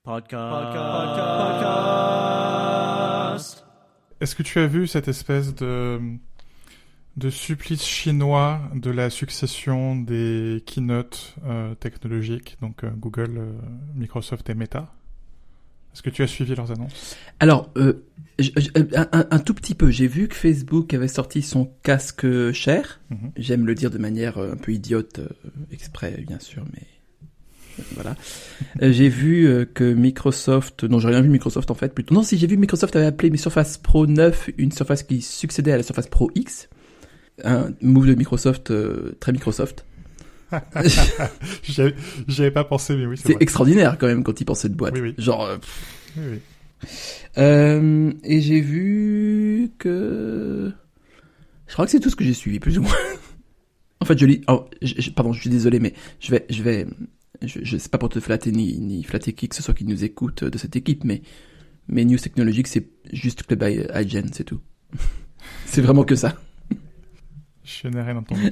Podcast. Est-ce que tu as vu cette espèce de supplice chinois de la succession des keynotes technologiques, donc Google, Microsoft et Meta? Est-ce que tu as suivi leurs annonces? Alors, un tout petit peu. J'ai vu que Facebook avait sorti son casque cher. Mm-hmm. J'aime le dire de manière un peu idiote, exprès bien sûr, mais voilà. J'ai vu que Microsoft... Non, j'ai rien vu de Microsoft en fait, plutôt. Non, si, j'ai vu que Microsoft avait appelé Surface Pro 9 une Surface qui succédait à la Surface Pro X. Un move de Microsoft, très Microsoft. J'y avais pas pensé, mais oui, c'est vrai. Extraordinaire quand même quand il pense cette boîte. Oui, oui. Genre. Oui. Et j'ai vu que. Je crois que c'est tout ce que j'ai suivi, plus ou moins. En fait, je lis. Oh, pardon, je suis désolé, mais je vais. Je sais pas pour te flatter ni flatter qui que ce soit qui nous écoute de cette équipe, mais mes news technologiques, c'est juste Club iGen, c'est tout. C'est vraiment que ça. Je n'ai rien entendu.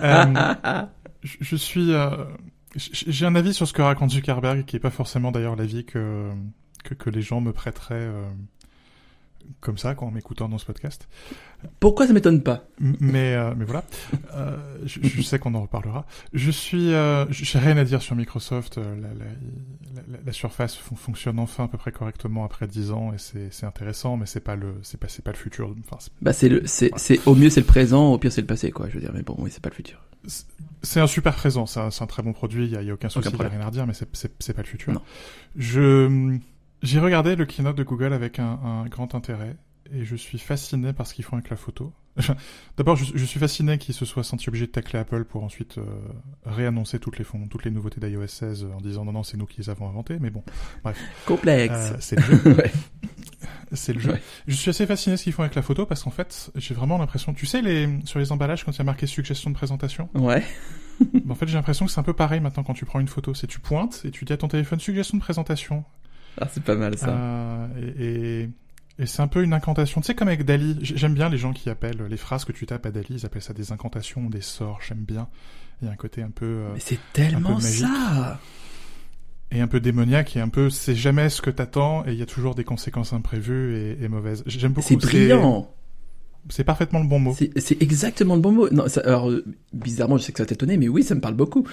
Je suis, j'ai un avis sur ce que raconte Zuckerberg, qui est pas forcément d'ailleurs l'avis que les gens me prêteraient comme ça, en m'écoutant dans ce podcast. Pourquoi ça m'étonne pas? Mais voilà. Je sais qu'on en reparlera. j'ai rien à dire sur Microsoft. La Surface fonctionne enfin à peu près correctement après 10 ans et c'est intéressant, mais c'est pas le futur. Enfin, c'est au mieux c'est le présent, au pire c'est le passé, quoi. Je veux dire, mais bon, oui, c'est pas le futur. C'est un super présent, c'est un très bon produit, il y a aucun souci, il y a rien à redire, mais c'est pas le futur. Non. J'ai regardé le keynote de Google avec un grand intérêt et je suis fasciné par ce qu'ils font avec la photo. D'abord, je suis fasciné qu'ils se soient sentis obligés de tacler Apple pour ensuite réannoncer toutes les nouveautés d'iOS 16 en disant non, c'est nous qui les avons inventées, mais bon, bref. Complexe. C'est le jeu. Ouais. C'est le jeu. Ouais. Je suis assez fasciné de ce qu'ils font avec la photo parce qu'en fait, j'ai vraiment l'impression, tu sais, sur les emballages quand il y a marqué suggestion de présentation. Ouais. En fait, j'ai l'impression que c'est un peu pareil maintenant quand tu prends une photo, c'est tu pointes et tu dis à ton téléphone suggestion de présentation. Ah, c'est pas mal ça. Et c'est un peu une incantation. Tu sais, comme avec Dali, j'aime bien les gens qui appellent les phrases que tu tapes à Dali, ils appellent ça des incantations, des sorts, j'aime bien. Il y a un côté un peu mais c'est tellement ça. Et un peu démoniaque, et un peu, c'est jamais ce que t'attends, et il y a toujours des conséquences imprévues et mauvaises. J'aime beaucoup. C'est brillant. C'est parfaitement le bon mot. C'est exactement le bon mot. Non, alors, bizarrement, je sais que ça va t'étonner, mais oui, ça me parle beaucoup.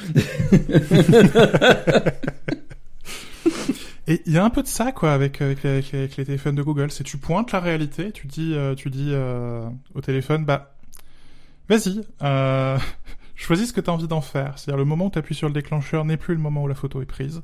Et il y a un peu de ça, quoi, avec les téléphones de Google. C'est tu pointes la réalité, tu dis au téléphone, vas-y, choisis ce que t'as envie d'en faire. C'est-à-dire le moment où t'appuies sur le déclencheur n'est plus le moment où la photo est prise.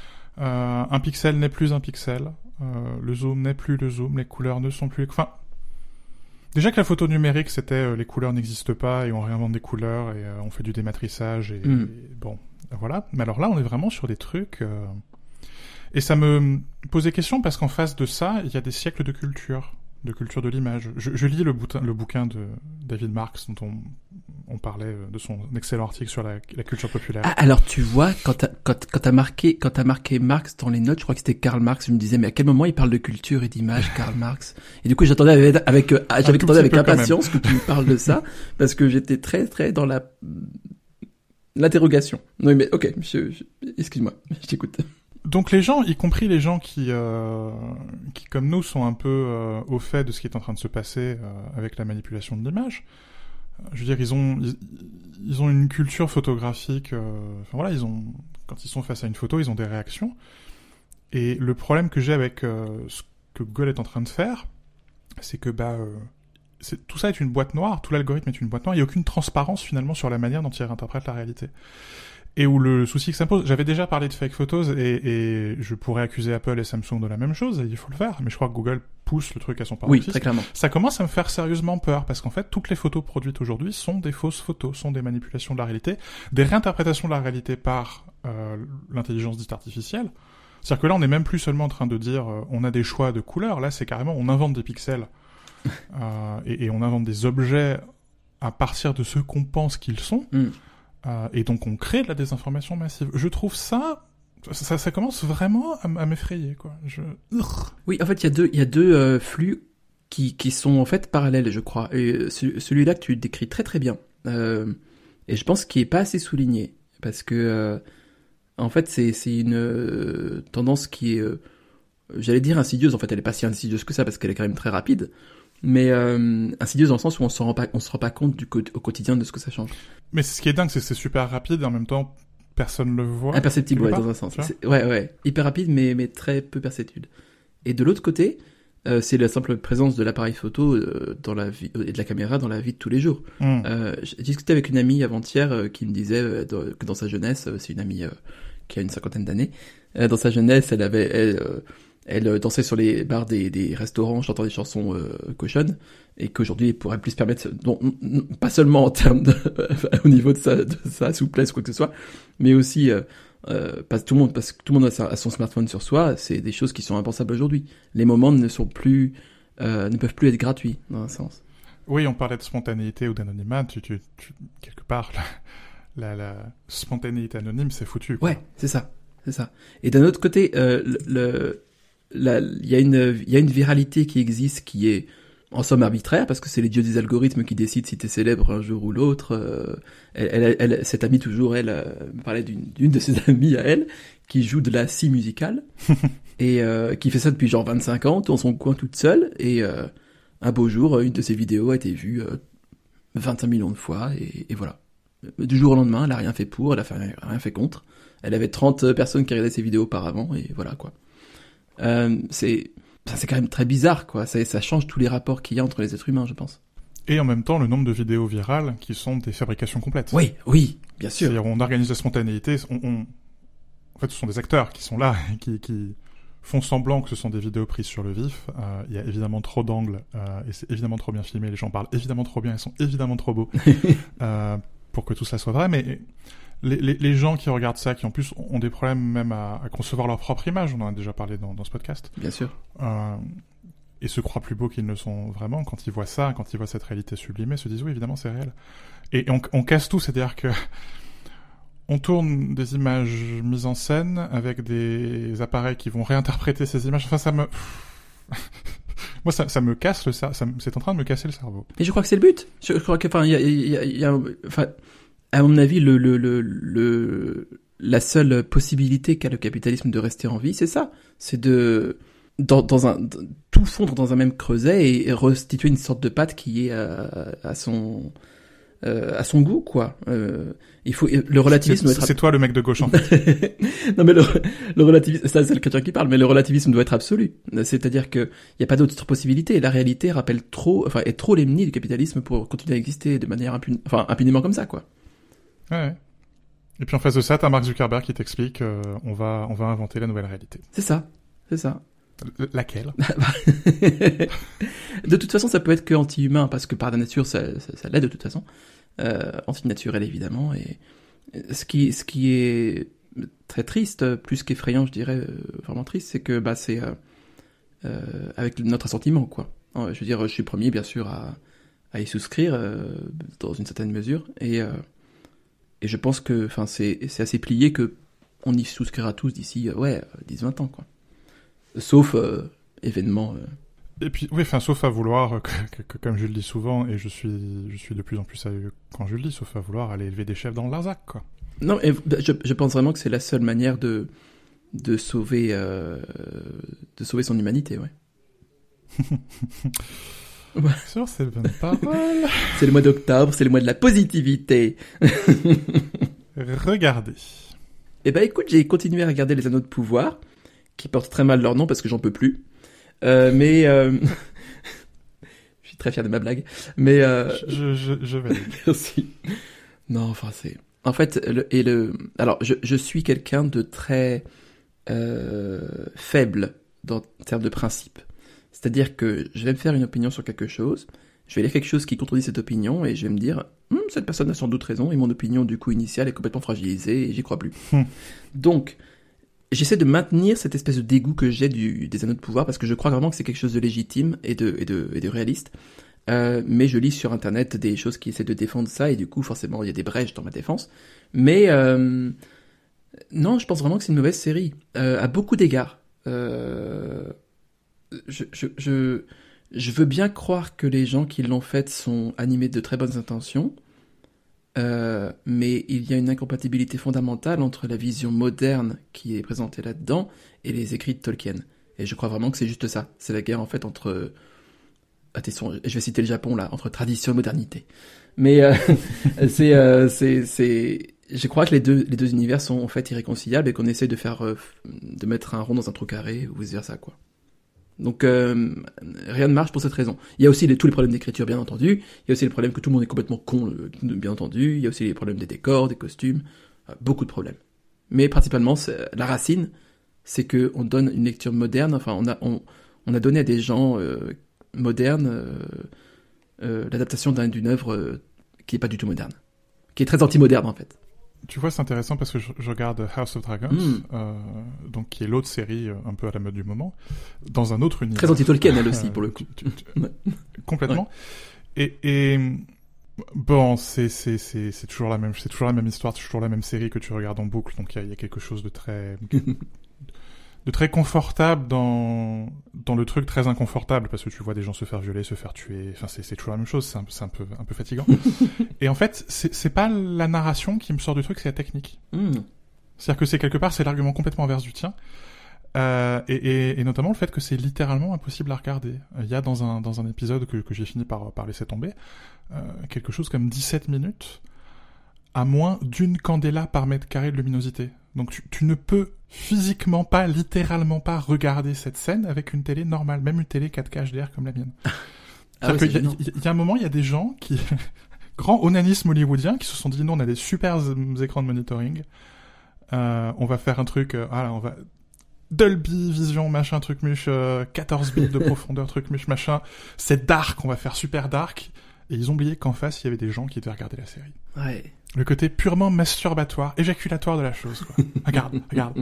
Un pixel n'est plus un pixel. Le zoom n'est plus le zoom. Les couleurs ne sont plus... Enfin, déjà que la photo numérique, c'était les couleurs n'existent pas et on réinvente des couleurs et on fait du dématrissage et bon, voilà. Mais alors là, on est vraiment sur des trucs... Et ça me posait question parce qu'en face de ça, il y a des siècles de culture de l'image. Je lis le bouquin de David Marx dont on parlait de son excellent article sur la culture populaire. Ah, alors tu vois, quand t'as marqué Marx dans les notes, je crois que c'était Karl Marx, je me disais, mais à quel moment il parle de culture et d'image, Karl Marx? Et du coup, j'attendais avec impatience que tu me parles de ça, parce que j'étais très, très dans l'interrogation. Oui, mais ok, excuse-moi, je t'écoute. Donc les gens, y compris les gens qui comme nous sont un peu au fait de ce qui est en train de se passer avec la manipulation de l'image, je veux dire, ils ont une culture photographique. Enfin voilà, quand ils sont face à une photo, ils ont des réactions. Et le problème que j'ai avec ce que Google est en train de faire, c'est que tout ça est une boîte noire, tout l'algorithme est une boîte noire. Il n'y a aucune transparence finalement sur la manière dont il réinterprète la réalité. Et où le souci que ça me pose, j'avais déjà parlé de fake photos et je pourrais accuser Apple et Samsung de la même chose, et il faut le faire, mais je crois que Google pousse le truc à son paroxysme. Oui, très clairement. Ça commence à me faire sérieusement peur, parce qu'en fait, toutes les photos produites aujourd'hui sont des fausses photos, sont des manipulations de la réalité, des réinterprétations de la réalité par l'intelligence dite artificielle. C'est-à-dire que là, on n'est même plus seulement en train de dire on a des choix de couleurs, là c'est carrément on invente des pixels et on invente des objets à partir de ce qu'on pense qu'ils sont. Et donc on crée de la désinformation massive. Je trouve ça commence vraiment à m'effrayer, quoi. Oui, en fait, il y a deux flux qui sont en fait parallèles, je crois. Et celui-là que tu décris très très bien. Et je pense qu'il est pas assez souligné parce que En fait, c'est une tendance qui est, j'allais dire insidieuse. En fait, elle est pas si insidieuse que ça parce qu'elle est quand même très rapide. Mais insidieuse dans le sens où on se rend pas compte au quotidien de ce que ça change. Mais ce qui est dingue, c'est que c'est super rapide et en même temps, personne le voit. Imperceptible, ouais, dans un sens. Ouais. Hyper rapide, mais très peu perceptible. Et de l'autre côté, c'est la simple présence de l'appareil photo dans la vie, et de la caméra dans la vie de tous les jours. J'ai discuté avec une amie avant-hier qui me disait que dans sa jeunesse, c'est une amie qui a une 50aine d'années, dans sa jeunesse, elle dansait sur les bars des restaurants chantant des chansons cochonnes, et qu'aujourd'hui elle pourrait plus se permettre, pas seulement en termes au niveau de sa souplesse ou quoi que ce soit, mais aussi parce que tout le monde a son smartphone sur soi. C'est des choses qui sont impensables aujourd'hui. Les moments ne peuvent plus être gratuits dans un sens. Oui, on parlait de spontanéité ou d'anonymat. Quelque part, la spontanéité anonyme, c'est foutu, quoi. Ouais, c'est ça. Et d'un autre côté, il y a une viralité qui existe qui est en somme arbitraire parce que c'est les dieux des algorithmes qui décident si t'es célèbre un jour ou l'autre. Cette amie toujours, elle me parlait d'une de ses amies à elle qui joue de la scie musicale et qui fait ça depuis genre 25 ans dans son coin toute seule, et un beau jour une de ses vidéos a été vue 25 millions de fois, et voilà. Du jour au lendemain, elle a rien fait pour, elle a rien fait contre. Elle avait 30 personnes qui regardaient ses vidéos auparavant, et voilà quoi. C'est quand même très bizarre, quoi. Ça change tous les rapports qu'il y a entre les êtres humains, je pense. Et en même temps, le nombre de vidéos virales qui sont des fabrications complètes. Oui, bien sûr. C'est-à-dire, on organise la spontanéité, en fait, ce sont des acteurs qui sont là, qui font semblant que ce sont des vidéos prises sur le vif. Il y a évidemment trop d'angles, et c'est évidemment trop bien filmé, les gens parlent évidemment trop bien, ils sont évidemment trop beaux, pour que tout ça soit vrai, mais les gens qui regardent ça, qui en plus ont des problèmes même à concevoir leur propre image, on en a déjà parlé dans ce podcast. Bien sûr. Et se croient plus beaux qu'ils ne sont vraiment, quand ils voient ça, quand ils voient cette réalité sublimée, se disent oui, évidemment, c'est réel. Et on casse tout, c'est-à-dire que on tourne des images mises en scène avec des appareils qui vont réinterpréter ces images. Enfin, ça me... Moi, ça me casse le cerveau. C'est en train de me casser le cerveau. Mais je crois que c'est le but. Je crois que, enfin, à mon avis, la seule possibilité qu'a le capitalisme de rester en vie, c'est ça. C'est tout fondre dans un même creuset et restituer une sorte de pâte qui est à son goût, quoi. Il faut le relativisme. C'est toi le mec de gauche, en fait. Non, mais le relativisme, ça c'est le chrétien qui parle, mais le relativisme doit être absolu. C'est-à-dire que il y a pas d'autre possibilité. La réalité est trop l'ennemi du capitalisme pour continuer à exister de manière impunément comme ça, quoi. Ouais. Et puis en face de ça, t'as Mark Zuckerberg qui t'explique on va inventer la nouvelle réalité. C'est ça. Laquelle? De toute façon, ça peut être que anti-humain, parce que par la nature, ça l'est de toute façon. Anti-naturel, évidemment. Et ce qui est très triste, plus qu'effrayant, je dirais, vraiment triste, c'est que c'est avec notre assentiment, quoi. Je veux dire, je suis premier, bien sûr, à y souscrire, dans une certaine mesure, et je pense que c'est assez plié que on y souscrira tous d'ici 10-20 ans, quoi. Sauf événement. Et puis oui, sauf à vouloir, que comme je le dis souvent, et je suis de plus en plus sérieux quand je le dis, sauf à vouloir aller élever des chefs dans le Larzac, quoi. Non, je pense vraiment que c'est la seule manière de sauver son humanité, ouais. Ouais. Sûr, c'est le bonne parole. C'est le mois d'octobre, c'est le mois de la positivité. Regardez. Eh ben écoute, j'ai continué à regarder Les Anneaux de Pouvoir, qui portent très mal leur nom parce que j'en peux plus. Mais je suis très fier de ma blague. Mais je vais. Merci. Non, enfin c'est. En fait, alors je suis quelqu'un de très faible en termes de principe. C'est-à-dire que je vais me faire une opinion sur quelque chose, je vais lire quelque chose qui contredit cette opinion et je vais me dire cette personne a sans doute raison et mon opinion du coup initiale est complètement fragilisée et j'y crois plus. Donc j'essaie de maintenir cette espèce de dégoût que j'ai des Anneaux de Pouvoir parce que je crois vraiment que c'est quelque chose de légitime et de réaliste. Mais je lis sur internet des choses qui essaient de défendre ça et du coup forcément il y a des brèches dans ma défense. Mais non, je pense vraiment que c'est une mauvaise série à beaucoup d'égards. Je veux bien croire que les gens qui l'ont faite sont animés de très bonnes intentions, mais il y a une incompatibilité fondamentale entre la vision moderne qui est présentée là-dedans et les écrits de Tolkien. Et je crois vraiment que c'est juste ça. C'est la guerre, en fait, entre... Attention, je vais citer le Japon, là, entre tradition et modernité. Mais je crois que les deux univers sont, en fait, irréconciliables et qu'on essaye de mettre un rond dans un trou carré ou vice-versa, quoi. Donc, rien ne marche pour cette raison. Il y a aussi tous les problèmes d'écriture, bien entendu. Il y a aussi les problèmes que tout le monde est complètement con, bien entendu. Il y a aussi les problèmes des décors, des costumes. Beaucoup de problèmes. Mais principalement, la racine, c'est que on donne une lecture moderne. Enfin, on a donné à des gens modernes l'adaptation d'une œuvre qui est pas du tout moderne, qui est très anti-moderne en fait. Tu vois, c'est intéressant parce que je regarde House of Dragons, donc qui est l'autre série un peu à la mode du moment, dans un autre univers. Très anti-Tolkien elle aussi pour le coup. Complètement. Ouais. Et bon, c'est toujours la même histoire, toujours la même série que tu regardes en boucle, donc il y a quelque chose de très confortable dans le truc très inconfortable, parce que tu vois des gens se faire violer, se faire tuer, enfin c'est toujours la même chose, c'est un peu fatigant. Et en fait, c'est pas la narration qui me sort du truc, c'est la technique. C'est-à-dire que c'est l'argument complètement inverse du tien. Et notamment le fait que c'est littéralement impossible à regarder. Il y a dans un épisode que j'ai fini par laisser tomber, quelque chose comme 17 minutes, à moins d'une candela par mètre carré de luminosité. Donc tu ne peux physiquement pas, littéralement pas regarder cette scène avec une télé normale, même une télé 4K HDR comme la mienne. Il y a un moment, il y a des gens qui, grand onanisme hollywoodien, qui se sont dit non, on a des super écrans de monitoring, on va faire un truc, on va Dolby Vision, machin, truc muche, 14 bits de profondeur, truc muche, machin, c'est dark, on va faire super dark. Et ils ont oublié qu'en face, il y avait des gens qui devaient regarder la série. Ouais. Le côté purement masturbatoire, éjaculatoire de la chose, quoi. Regarde.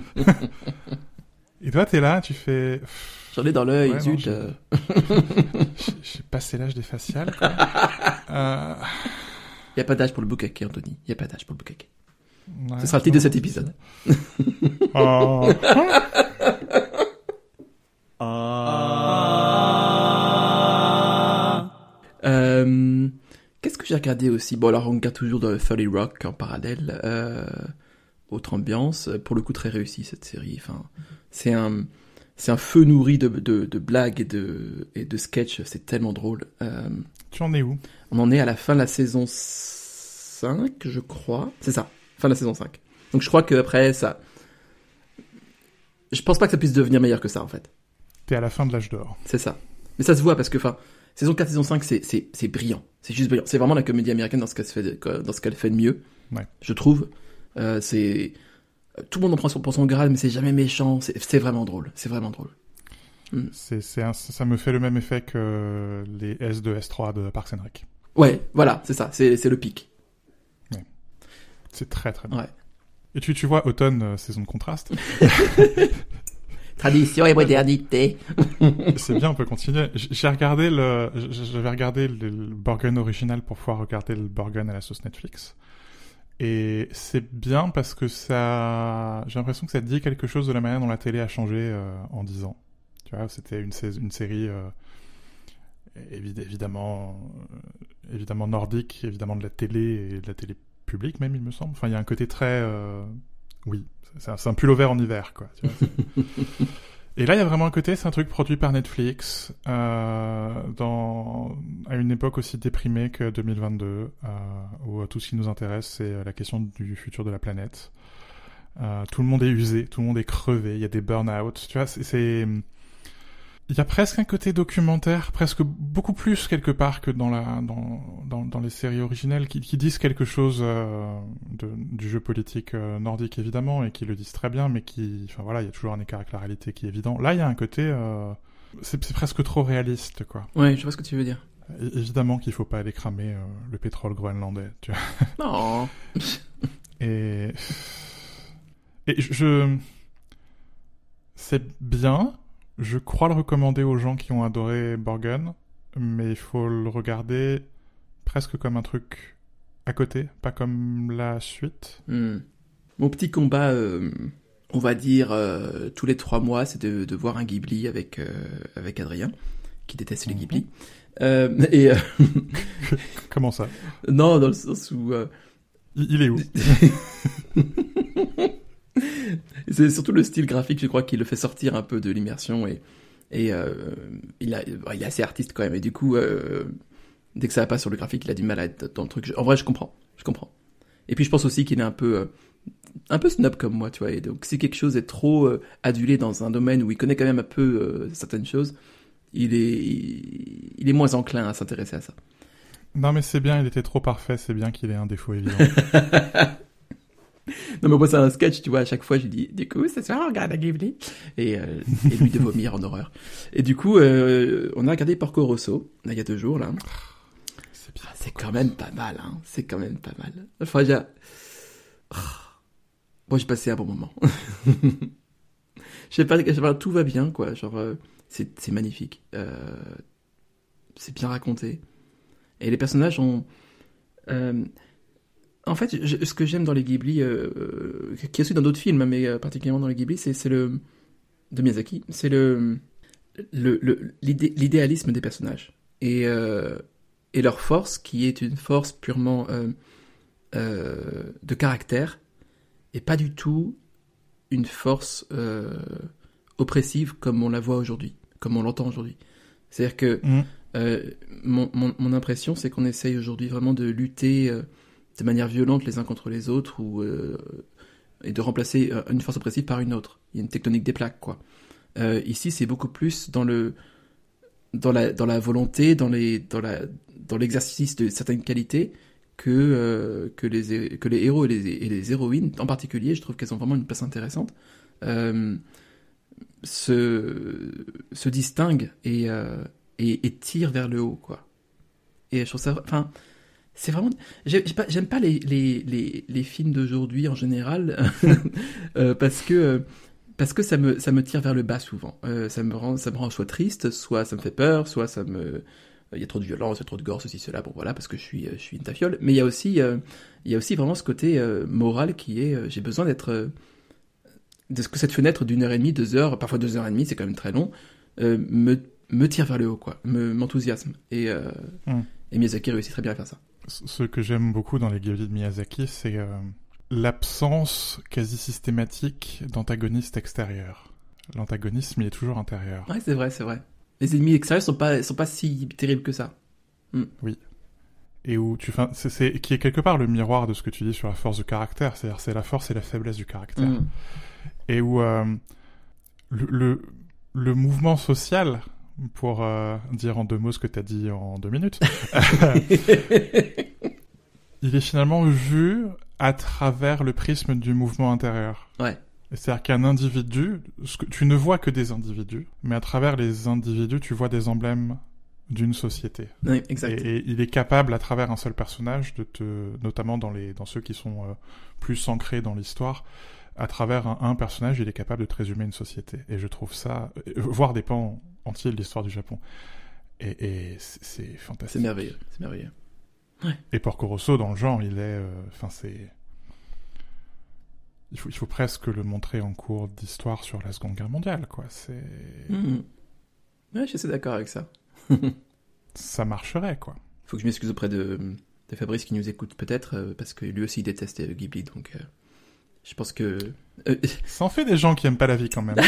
Et toi, t'es là, tu fais... J'en ai dans l'œil, ouais, zut. J'ai passé l'âge des faciales, quoi. Y a pas d'âge pour le bukake, Anthony. Y a pas d'âge pour le bukake. Ouais, ce sera le titre de cet épisode. Oh. Qu'est-ce que j'ai regardé aussi? Bon, alors on regarde toujours dans 30 Rock en parallèle. Autre ambiance, pour le coup très réussi cette série. Enfin, c'est un feu nourri de blagues et de sketchs. C'est tellement drôle. Tu en es où? On en est à la fin de la saison 5, je crois. C'est ça, fin de la saison 5. Donc je crois qu'après ça... Je pense pas que ça puisse devenir meilleur que ça, en fait. T'es à la fin de l'âge d'or. C'est ça. Mais ça se voit parce que, enfin, saison 4, saison 5, c'est brillant. C'est juste brillant. C'est vraiment la comédie américaine dans ce qu'elle fait de mieux. Ouais. Je trouve. C'est... Tout le monde en prend pour son grade, mais c'est jamais méchant. C'est vraiment drôle. C'est vraiment drôle. Ça me fait le même effet que les S2, S3 de Parks and Rec. Ouais, voilà, c'est ça. C'est le pic. Ouais. C'est très très bien. Ouais. Et tu vois, automne, saison de contraste. Tradition et modernité. C'est bien, on peut continuer. J'avais regardé le Borgen original pour pouvoir regarder le Borgen à la sauce Netflix. Et c'est bien parce que j'ai l'impression que ça dit quelque chose de la manière dont la télé a changé en 10 ans. Tu vois, c'était une série évidemment nordique, évidemment de la télé et de la télé publique même, il me semble. Enfin, il y a un côté très... oui, c'est un pull-over en hiver, quoi. Tu vois, et là, il y a vraiment un côté, c'est un truc produit par Netflix, à une époque aussi déprimée que 2022, où tout ce qui nous intéresse, c'est la question du futur de la planète. Tout le monde est usé, tout le monde est crevé, il y a des burn-out, tu vois, il y a presque un côté documentaire, presque beaucoup plus quelque part que dans les séries originelles qui disent quelque chose du jeu politique nordique évidemment et qui le disent très bien, mais enfin voilà, il y a toujours un écart avec la réalité qui est évident. Là, il y a un côté, c'est presque trop réaliste, quoi. Ouais, je vois ce que tu veux dire. Évidemment qu'il faut pas aller cramer le pétrole groenlandais, tu vois. Non. Et c'est bien. Je crois le recommander aux gens qui ont adoré Borgen, mais il faut le regarder presque comme un truc à côté, pas comme la suite. Mon petit combat, on va dire, tous les 3 mois, c'est de voir un Ghibli avec Adrien, qui déteste les Ghibli. Comment ça? Non, dans le sens où Il est où? C'est surtout le style graphique, je crois, qui le fait sortir un peu de l'immersion et il est assez artiste quand même. Et du coup, dès que ça va pas sur le graphique, il a du mal à être dans le truc. En vrai, je comprends. Et puis je pense aussi qu'il est un peu snob comme moi, tu vois. Et donc si quelque chose est trop adulé dans un domaine où il connaît quand même un peu certaines choses, il est moins enclin à s'intéresser à ça. Non mais c'est bien, il était trop parfait, c'est bien qu'il ait un défaut évident. Non mais moi c'est un sketch, tu vois, à chaque fois je lui dis, du coup, ce soir on regarde la Ghibli, et lui de vomir en horreur. Et du coup, on a regardé Porco Rosso, là, il y a 2 jours, là. C'est bien. C'est quand même pas mal, hein. C'est quand même pas mal. Enfin, bon, j'ai passé un bon moment. Je sais pas, tout va bien, quoi. Genre, c'est magnifique. C'est bien raconté. Et les personnages ont... En fait, ce que j'aime dans les Ghibli, qui est aussi dans d'autres films, mais particulièrement dans les Ghibli, c'est le... de Miyazaki, c'est l'idéalisme des personnages. Et leur force, qui est une force purement de caractère, et pas du tout une force oppressive comme on la voit aujourd'hui, comme on l'entend aujourd'hui. C'est-à-dire que mon impression, c'est qu'on essaye aujourd'hui vraiment de lutter de manière violente les uns contre les autres et de remplacer une force oppressive par une autre. Il y a une tectonique des plaques, quoi. Ici, c'est beaucoup plus dans la volonté, dans l'exercice de certaines qualités que les héros et les héroïnes, en particulier, je trouve qu'elles ont vraiment une place intéressante, se distinguent et tirent vers le haut, quoi. Et je trouve ça... Enfin, c'est vraiment... J'aime pas les films d'aujourd'hui, en général, parce que ça me tire vers le bas, souvent. Ça me rend soit triste, soit ça me fait peur, soit ça me... Il y a trop de violence, il y a trop de gore, ceci, cela, bon voilà, parce que je suis une tafiole. Mais il y a aussi vraiment ce côté moral qui est... j'ai besoin d'être... de ce que cette fenêtre d'1h30, 2h, parfois 2h30, c'est quand même très long, me tire vers le haut, quoi, m'enthousiasme. Et Miyazaki réussit très bien à faire ça. Ce que j'aime beaucoup dans les Ghibli de Miyazaki, c'est l'absence quasi systématique d'antagonistes extérieurs. L'antagonisme, il est toujours intérieur. Ouais, c'est vrai. Les ennemis extérieurs sont pas si terribles que ça. Oui. Et où c'est qui est quelque part le miroir de ce que tu dis sur la force de caractère, c'est-à-dire c'est la force et la faiblesse du caractère. Et où le mouvement social, pour dire en 2 mots ce que tu as dit en 2 minutes, il est finalement vu à travers le prisme du mouvement intérieur. Ouais. C'est-à-dire qu'un individu, tu ne vois que des individus, mais à travers les individus, tu vois des emblèmes d'une société. Oui, exact. Et il est capable, à travers un seul personnage, notamment dans ceux qui sont plus ancrés dans l'histoire, à travers un personnage, il est capable de te résumer une société. Et je trouve ça, voir des pans entiers de l'histoire du Japon. Et c'est fantastique. C'est merveilleux. Ouais. Et Porco Rosso, dans le genre, il est... Il faut presque le montrer en cours d'histoire sur la Seconde Guerre mondiale, quoi. C'est... Ouais, je suis assez d'accord avec ça. Ça marcherait, quoi. Faut que je m'excuse auprès de Fabrice qui nous écoute peut-être, parce que lui aussi il détestait Ghibli, donc je pense que... Ça en fait des gens qui aiment pas la vie, quand même.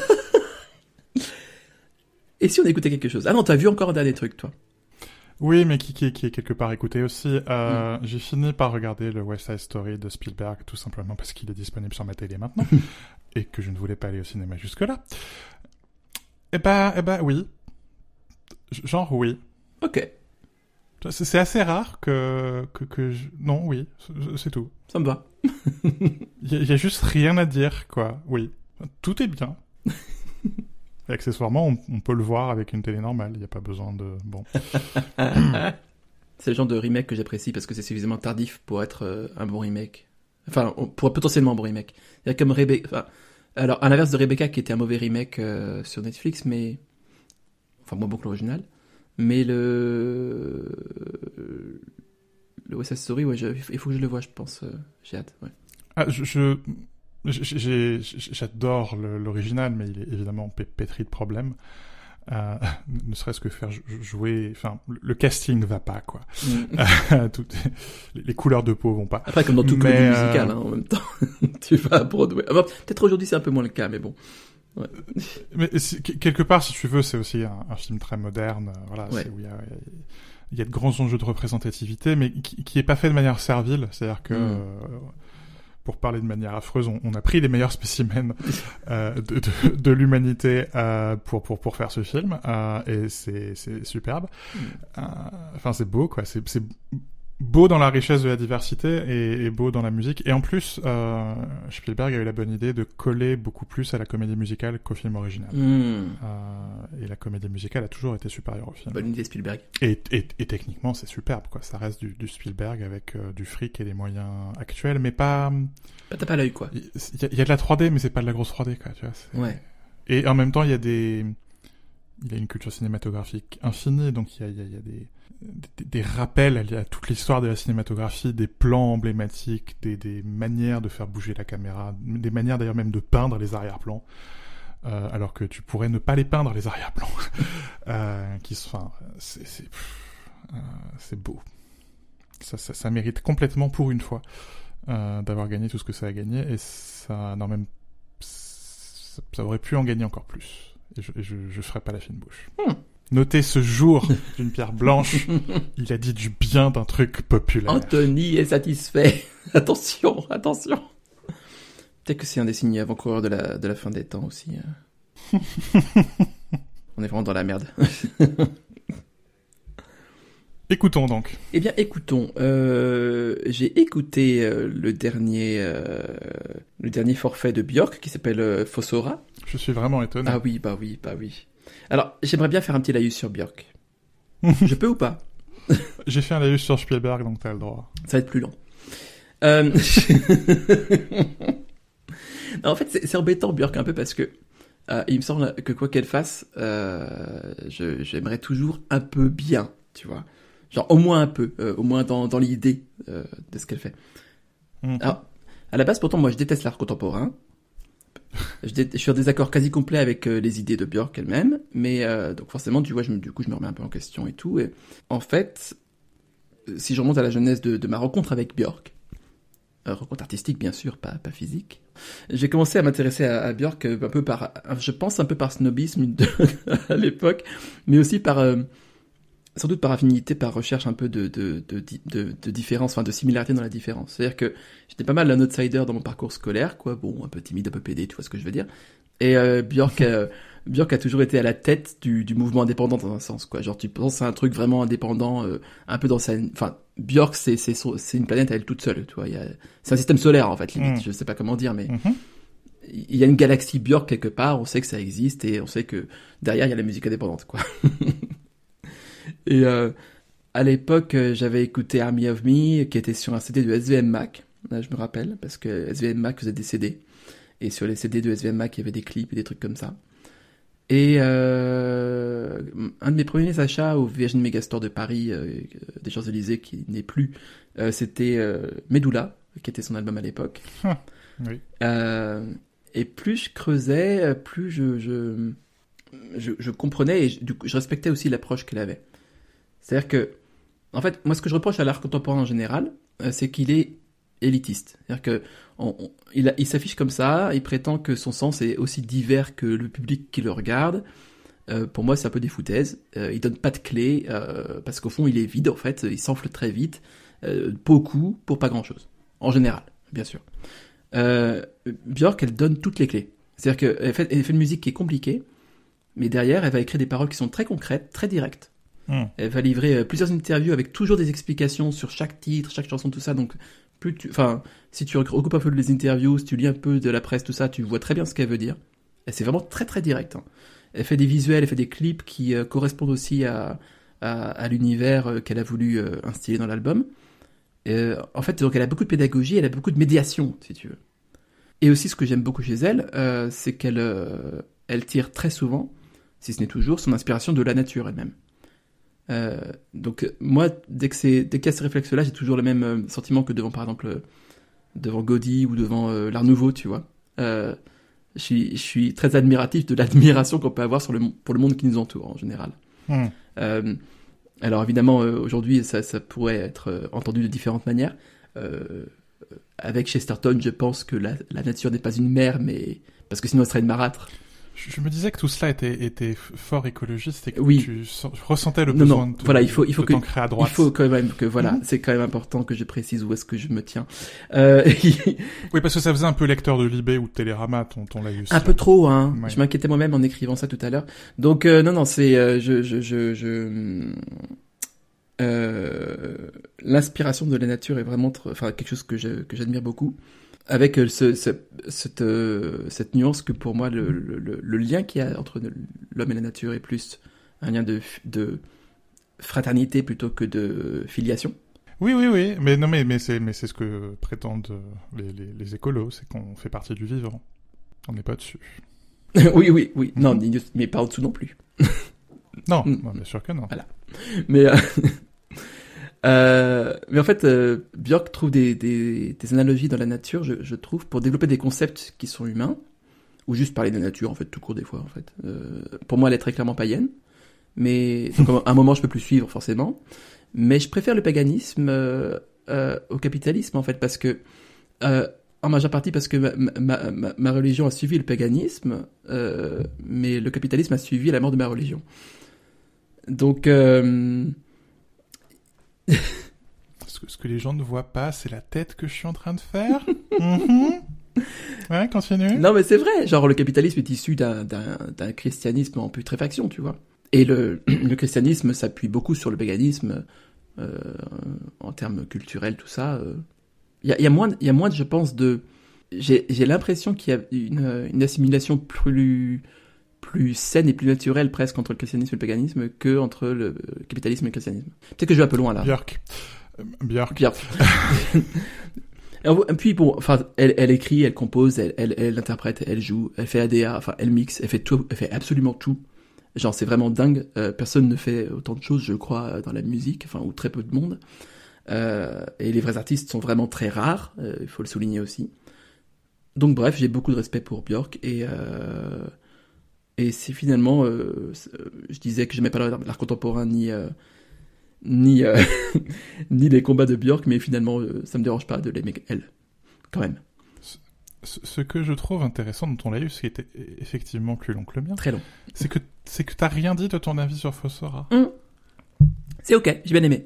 Et si on écoutait quelque chose? Ah non, t'as vu encore un dernier truc, toi? Oui, mais qui est quelque part écouté aussi. J'ai fini par regarder le West Side Story de Spielberg, tout simplement parce qu'il est disponible sur ma télé maintenant, et que je ne voulais pas aller au cinéma jusque-là. Eh ben, oui. Genre, oui. Ok. C'est assez rare Non, oui, c'est tout. Ça me va. Il y a juste rien à dire, quoi. Oui. Tout est bien. Et accessoirement, on peut le voir avec une télé normale. Il n'y a pas besoin de... Bon. C'est le genre de remake que j'apprécie parce que c'est suffisamment tardif pour être un bon remake. Enfin, pour potentiellement un bon remake. Il y a comme Rebecca... Alors, à l'inverse de Rebecca, qui était un mauvais remake sur Netflix, mais... Enfin, moins bon que l'original. Mais le West Side Story, ouais, il faut que je le voie, je pense. J'ai hâte, ouais. Ah, j'adore l'original, mais il est évidemment pétri de problèmes. Ne serait-ce que faire jouer, enfin, le casting va pas, quoi. Toutes les couleurs de peau vont pas. Après, comme dans toute comédie musicale, en même temps, tu vas à Broadway. Alors, peut-être aujourd'hui c'est un peu moins le cas, mais bon. Ouais. Mais quelque part, si tu veux, c'est aussi un film très moderne, voilà, ouais. C'est où il y a de grands enjeux de représentativité, mais qui est pas fait de manière servile, c'est-à-dire que pour parler de manière affreuse, on a pris les meilleurs spécimens de l'humanité pour faire ce film, et c'est superbe. Enfin, c'est beau, quoi. C'est beau dans la richesse de la diversité et beau dans la musique. Et en plus, Spielberg a eu la bonne idée de coller beaucoup plus à la comédie musicale qu'au film original. Et la comédie musicale a toujours été supérieure au film. Bonne idée, Spielberg. Et techniquement, c'est superbe, quoi. Ça reste du Spielberg avec du fric et des moyens actuels, mais pas... Pas tape à l'œil, quoi. Il y a de la 3D, mais c'est pas de la grosse 3D, quoi, tu vois. Ouais. Et en même temps, il a une culture cinématographique infinie, donc il y a des rappels à toute l'histoire de la cinématographie, des plans emblématiques, des manières de faire bouger la caméra, des manières d'ailleurs même de peindre les arrière-plans, alors que tu pourrais ne pas les peindre, les arrière-plans. C'est beau. Ça mérite complètement, pour une fois, d'avoir gagné tout ce que ça a gagné, et ça aurait pu en gagner encore plus. Et je ferai pas la fine bouche. Notez ce jour d'une pierre blanche, il a dit du bien d'un truc populaire. Anthony est satisfait. Attention. Peut-être que c'est un des signes avant-coureurs de la fin des temps aussi. On est vraiment dans la merde. Écoutons donc. Eh bien, écoutons. J'ai écouté le dernier forfait de Björk qui s'appelle Fossora. Je suis vraiment étonné. Ah oui, bah oui. Alors, j'aimerais bien faire un petit laïus sur Björk. Je peux ou pas? J'ai fait un laïus sur Spielberg, donc t'as le droit. Ça va être plus long. Non, en fait, c'est embêtant Björk un peu parce que il me semble que quoi qu'elle fasse, j'aimerais toujours un peu bien, tu vois. Genre au moins un peu, au moins dans l'idée de ce qu'elle fait. Alors, à la base, pourtant, moi, je déteste l'art contemporain. Je suis en désaccord quasi complet avec les idées de Björk elle-même, mais donc forcément, tu vois, du coup, je me remets un peu en question et tout. Et en fait, si je remonte à la genèse de ma rencontre avec Björk, rencontre artistique bien sûr, pas physique, j'ai commencé à m'intéresser à Björk un peu par, je pense un peu par snobisme à l'époque, mais aussi par sans doute par affinité, par recherche un peu de différence, enfin de similarité dans la différence. C'est-à-dire que j'étais pas mal un outsider dans mon parcours scolaire, quoi. Bon, un peu timide, un peu pédé, tu vois ce que je veux dire. Et Björk a toujours été à la tête du mouvement indépendant dans un sens, quoi. Genre tu penses à un truc vraiment indépendant, un peu dans sa, enfin Björk c'est une planète à elle toute seule, tu vois. C'est un système solaire en fait, limite. Je sais pas comment dire, mais il y a une galaxie Björk quelque part. On sait que ça existe et on sait que derrière il y a la musique indépendante, quoi. Et à l'époque, j'avais écouté Army of Me, qui était sur un CD de SVM Mac. Là, je me rappelle, parce que SVM Mac faisait des CD. Et sur les CD de SVM Mac, il y avait des clips et des trucs comme ça. Et un de mes premiers achats au Virgin Megastore de Paris, des Champs-Élysées, qui n'est plus, c'était Medulla, qui était son album à l'époque. Oui. Et plus je creusais, plus je comprenais et du coup, je respectais aussi l'approche qu'elle avait. C'est-à-dire que, en fait, moi, ce que je reproche à l'art contemporain en général, c'est qu'il est élitiste. C'est-à-dire que il s'affiche comme ça, il prétend que son sens est aussi divers que le public qui le regarde. Pour moi, c'est un peu des foutaises. Il donne pas de clé, parce qu'au fond, il est vide, en fait. Il s'enfle très vite, beaucoup, pour pas grand-chose. En général, bien sûr. Björk, elle donne toutes les clés. C'est-à-dire qu'elle fait une musique qui est compliquée, mais derrière, elle va écrire des paroles qui sont très concrètes, très directes. Elle va livrer plusieurs interviews avec toujours des explications sur chaque titre, chaque chanson, tout ça. Donc, si tu recoupes un peu les interviews, si tu lis un peu de la presse, tout ça, tu vois très bien ce qu'elle veut dire. Et c'est vraiment très très direct. Elle fait des visuels, elle fait des clips qui correspondent aussi à l'univers qu'elle a voulu instiller dans l'album. En fait, donc elle a beaucoup de pédagogie, elle a beaucoup de médiation, si tu veux. Et aussi, ce que j'aime beaucoup chez elle, c'est qu'elle tire très souvent, si ce n'est toujours, son inspiration de la nature elle-même. Donc moi, dès qu'il y a ces réflexes-là, j'ai toujours le même sentiment que devant, par exemple, devant Gaudí ou devant l'Art Nouveau, tu vois. Je suis très admiratif de l'admiration qu'on peut avoir pour le monde qui nous entoure en général. Alors évidemment, aujourd'hui, ça pourrait être entendu de différentes manières. Avec Chesterton, je pense que la nature n'est pas une mère, mais parce que sinon elle serait une marâtre. Je me disais que tout cela était fort écologiste et que oui. tu ressentais le besoin de voilà, il faut t'ancrer à droite. Il faut quand même que c'est quand même important que je précise où est-ce que je me tiens. Oui, parce que ça faisait un peu lecteur de Libé ou de Télérama, ton laïus. Un peu trop, hein. Ouais. Je m'inquiétais moi-même en écrivant ça tout à l'heure. Donc non, c'est l'inspiration de la nature est vraiment quelque chose que j'admire beaucoup. Avec cette nuance que pour moi le lien qu'il y a entre l'homme et la nature est plus un lien de fraternité plutôt que de filiation. Oui, mais c'est ce que prétendent les écolos, c'est qu'on fait partie du vivant. On n'est pas dessus. oui. Non, mais pas en dessous non plus. Non, bien sûr que non. Voilà. Mais en fait, Björk trouve des analogies dans la nature, je trouve, pour développer des concepts qui sont humains, ou juste parler de la nature, en fait, tout court des fois, en fait. Pour moi, elle est très clairement païenne, mais donc à un moment, je peux plus suivre, forcément. Mais je préfère le paganisme au capitalisme, en fait, parce que, en majeure partie parce que ma religion a suivi le paganisme, mais le capitalisme a suivi la mort de ma religion. Donc... Ce que les gens ne voient pas, c'est la tête que je suis en train de faire. Ouais, continue. Non, mais c'est vrai. Genre, le capitalisme est issu d'un christianisme en putréfaction, tu vois. Et le christianisme s'appuie beaucoup sur le paganisme en termes culturels, tout ça. Il y a moins, je pense, j'ai l'impression qu'il y a une assimilation plus saine et plus naturelle presque entre le christianisme et le paganisme que entre le capitalisme et le christianisme. Peut-être que je vais un peu loin là. Björk. Et puis bon, enfin, elle écrit, elle compose, elle interprète, elle joue, elle fait ADA, enfin, elle mixe, elle fait tout, elle fait absolument tout. Genre, c'est vraiment dingue. Personne ne fait autant de choses, je crois, dans la musique, enfin, ou très peu de monde. Et les vrais artistes sont vraiment très rares, il faut le souligner aussi. Donc bref, j'ai beaucoup de respect pour Björk et c'est finalement, je disais que j'aimais pas l'art contemporain ni les combats de Björk, mais finalement, ça me dérange pas de l'aimer elle, quand même. Ce que je trouve intéressant dans ton laïus, qui était effectivement plus long que le mien, très long, c'est que t'as rien dit de ton avis sur Fossora. C'est ok, j'ai bien aimé.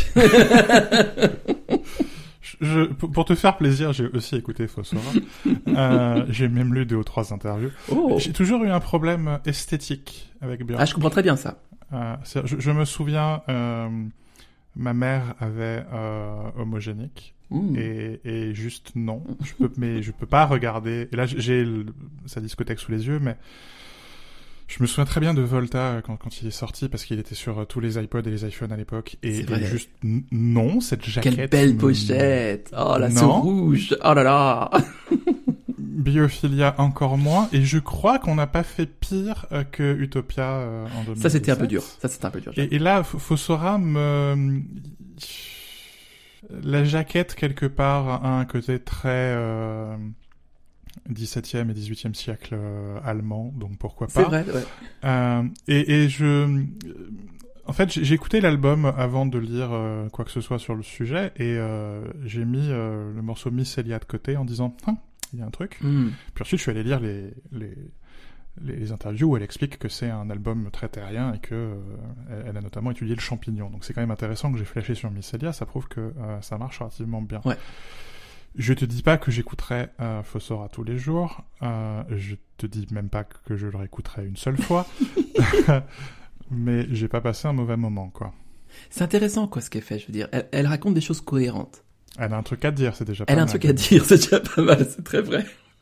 Pour te faire plaisir, j'ai aussi écouté Fossora. J'ai même lu 2 ou 3 interviews. J'ai toujours eu un problème esthétique avec Björk. Ah, je comprends très bien ça. Je me souviens, ma mère avait Homogénique. Et juste non. Je peux pas regarder. Et là, j'ai sa discothèque sous les yeux, mais je me souviens très bien de Volta quand il est sorti parce qu'il était sur tous les iPods et les iPhones à l'époque. Et juste non, cette jaquette. Quelle belle pochette. Oh, la souris rouge. Oh là là. Biophilia encore moins. Et je crois qu'on n'a pas fait pire que Utopia en 2017. Ça, c'était un peu dur. Et là, Fossora la jaquette, quelque part, a un côté très 17e et 18e siècle allemand, donc pourquoi pas. C'est vrai, ouais. En fait, j'ai écouté l'album avant de lire quoi que ce soit sur le sujet, et j'ai mis le morceau Mycélia de côté en disant « Ah, il y a un truc ». Puis ensuite, je suis allé lire les interviews où elle explique que c'est un album très terrien et que elle a notamment étudié le champignon. Donc c'est quand même intéressant que j'ai flashé sur Mycélia, ça prouve que ça marche relativement bien. Ouais. Je te dis pas que j'écouterai Fossora tous les jours, je te dis même pas que je le réécouterai une seule fois, mais j'ai pas passé un mauvais moment, quoi. C'est intéressant, quoi, ce qu'elle fait, je veux dire. Elle raconte des choses cohérentes. Elle a un truc à dire, c'est déjà pas mal. Elle a un truc à dire, c'est déjà pas mal, c'est très vrai.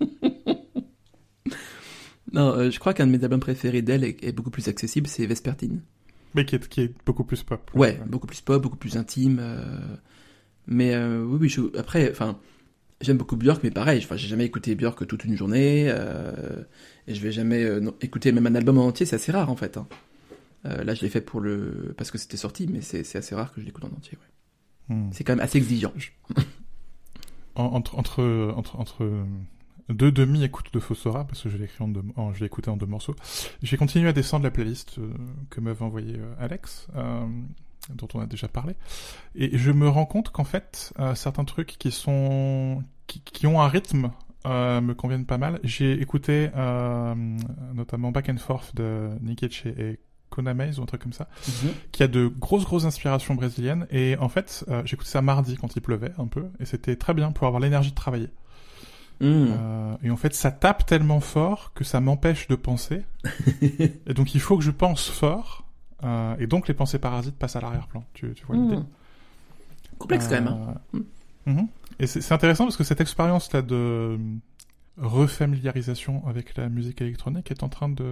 Non, je crois qu'un de mes albums préférés d'elle est beaucoup plus accessible, c'est Vespertine. Mais qui est beaucoup plus pop. Ouais, beaucoup plus pop, beaucoup plus intime. Mais oui, après, enfin, j'aime beaucoup Björk, mais pareil, j'ai jamais écouté Björk toute une journée, et je vais jamais écouter même un album en entier, c'est assez rare en fait. Hein. Là, je l'ai fait parce que c'était sorti, mais c'est assez rare que je l'écoute en entier. Ouais. C'est quand même assez exigeant. Entre deux demi-écoutes de Fossora, parce que je l'ai écouté en 2 morceaux. J'ai continué à descendre la playlist que m'avait envoyé Alex, dont on a déjà parlé. Et je me rends compte qu'en fait, certains trucs qui ont un rythme me conviennent pas mal. J'ai écouté notamment Back and Forth de Nikiche et Konamaze ou un truc comme ça, qui a de grosses inspirations brésiliennes. Et en fait, j'ai écouté ça mardi quand il pleuvait un peu, et c'était très bien pour avoir l'énergie de travailler. Et en fait, ça tape tellement fort que ça m'empêche de penser. Et donc, il faut que je pense fort. Et donc, les pensées parasites passent à l'arrière-plan. Tu vois l'idée? Complexe quand même. Et c'est intéressant parce que cette expérience-là de refamiliarisation avec la musique électronique est en train de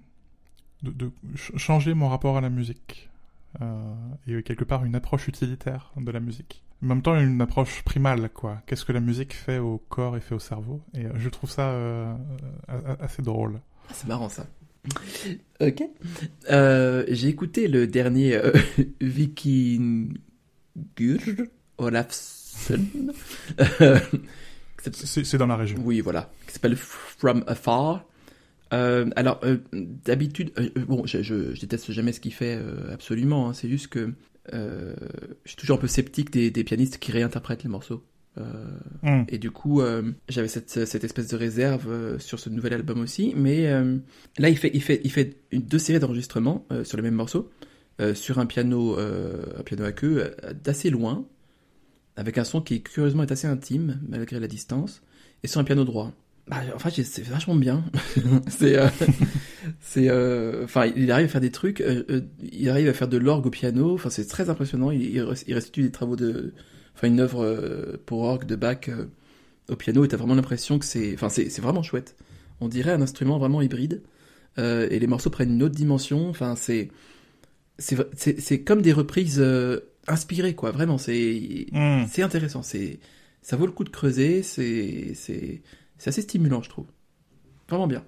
changer mon rapport à la musique. Et quelque part une approche utilitaire de la musique. En même temps, une approche primale, quoi. Qu'est-ce que la musique fait au corps et fait au cerveau? Et je trouve ça assez drôle. C'est marrant, ça. Ok. J'ai écouté le dernier Vikingur Olafsson. C'est dans la région. Oui, voilà. Qui s'appelle From Afar. Alors, d'habitude, bon, je déteste jamais ce qu'il fait, absolument. Hein, c'est juste que je suis toujours un peu sceptique des pianistes qui réinterprètent les morceaux. Et du coup, j'avais cette espèce de réserve sur ce nouvel album aussi. Mais là, il fait 2 séries d'enregistrements sur les mêmes morceaux, sur un piano à queue d'assez loin, avec un son qui curieusement est assez intime malgré la distance, et sur un piano droit. Enfin, c'est vachement bien. Enfin, il arrive à faire des trucs. Il arrive à faire de l'orgue au piano. Enfin, c'est très impressionnant. Il restitue des travaux une œuvre pour orgue de Bach au piano. Et t'as vraiment l'impression que c'est vraiment chouette. On dirait un instrument vraiment hybride. Et les morceaux prennent une autre dimension. Enfin, c'est comme des reprises inspirées, quoi. Vraiment, c'est intéressant. Ça vaut le coup de creuser. C'est assez stimulant, je trouve. Vraiment bien.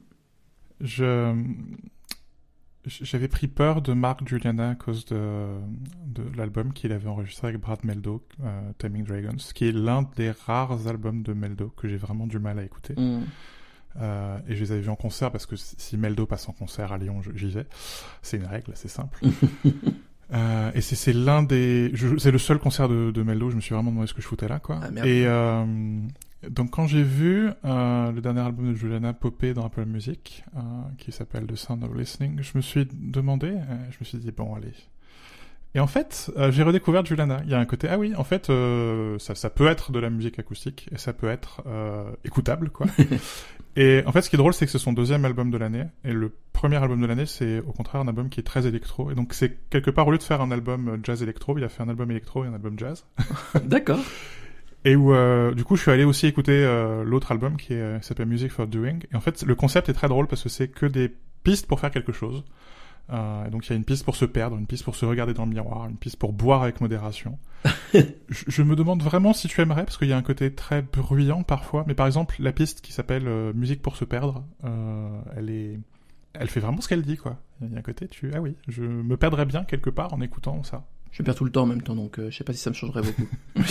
J'avais pris peur de Mark Juliana à cause de l'album qu'il avait enregistré avec Brad Mehldau, Taming Dragons, qui est l'un des rares albums de Mehldau que j'ai vraiment du mal à écouter. Et je les avais vus en concert parce que si Mehldau passe en concert à Lyon, j'y vais. C'est une règle, c'est simple. Et c'est le seul concert de Mehldau, je me suis vraiment demandé ce que je foutais là, quoi. Et donc quand j'ai vu le dernier album de Juliana popper dans Apple Music, qui s'appelle The Sound of Listening, je me suis demandé, je me suis dit bon allez. Et en fait, j'ai redécouvert Juliana. Il y a un côté oui, en fait, ça peut être de la musique acoustique et ça peut être écoutable, quoi. Et en fait, ce qui est drôle, c'est que c'est son 2e album de l'année, et le premier album de l'année, c'est au contraire un album qui est très électro. Et donc c'est quelque part, au lieu de faire un album jazz électro, il a fait un album électro et un album jazz. D'accord. Et où du coup je suis allé aussi écouter l'autre album qui s'appelle Music for Doing. Et en fait le concept est très drôle parce que c'est que des pistes pour faire quelque chose. Et donc il y a une piste pour se perdre, une piste pour se regarder dans le miroir, une piste pour boire avec modération. je me demande vraiment si tu aimerais, parce qu'il y a un côté très bruyant parfois. Mais par exemple la piste qui s'appelle Musique pour se perdre, elle fait vraiment ce qu'elle dit, quoi. Il y a un côté oui, je me perdrais bien quelque part en écoutant ça. Je perds tout le temps en même temps, donc je sais pas si ça me changerait beaucoup.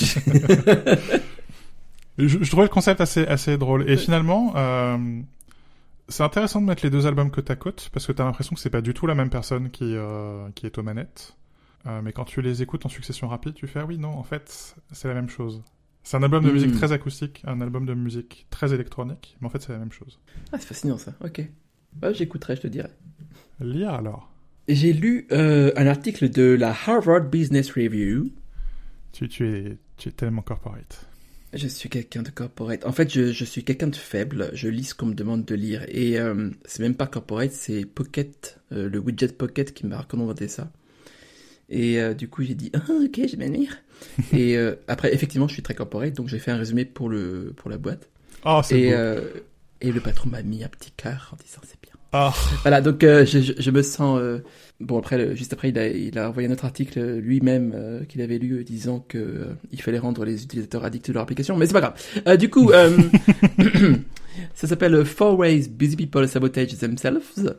je trouvais le concept assez drôle. Et finalement, c'est intéressant de mettre les 2 albums côte à côte, parce que t'as l'impression que c'est pas du tout la même personne qui est aux manettes. Mais quand tu les écoutes en succession rapide, tu fais oui, non, en fait, c'est la même chose. C'est un album de musique très acoustique, un album de musique très électronique, mais en fait, c'est la même chose. C'est fascinant, ça. Ok. J'écouterai, je te dirai. Lire, alors. J'ai lu un article de la Harvard Business Review. Tu es tellement corporate. Je suis quelqu'un de corporate. En fait, je suis quelqu'un de faible. Je lis ce qu'on me demande de lire. Et c'est même pas corporate, c'est Pocket, le widget Pocket qui m'a recommandé ça. Et du coup, j'ai dit, ok, je vais lire. Et après, effectivement, je suis très corporate, donc j'ai fait un résumé pour la boîte. Oh, c'est beau. Et le patron m'a mis un petit cœur en disant, c'est bien. Oh. Voilà, donc je me sens... Bon, après, juste après, il a envoyé un autre article lui-même qu'il avait lu disant que il fallait rendre les utilisateurs addicts de leur application, mais c'est pas grave. Du coup, ça s'appelle 4 Ways Busy People Sabotage Themselves.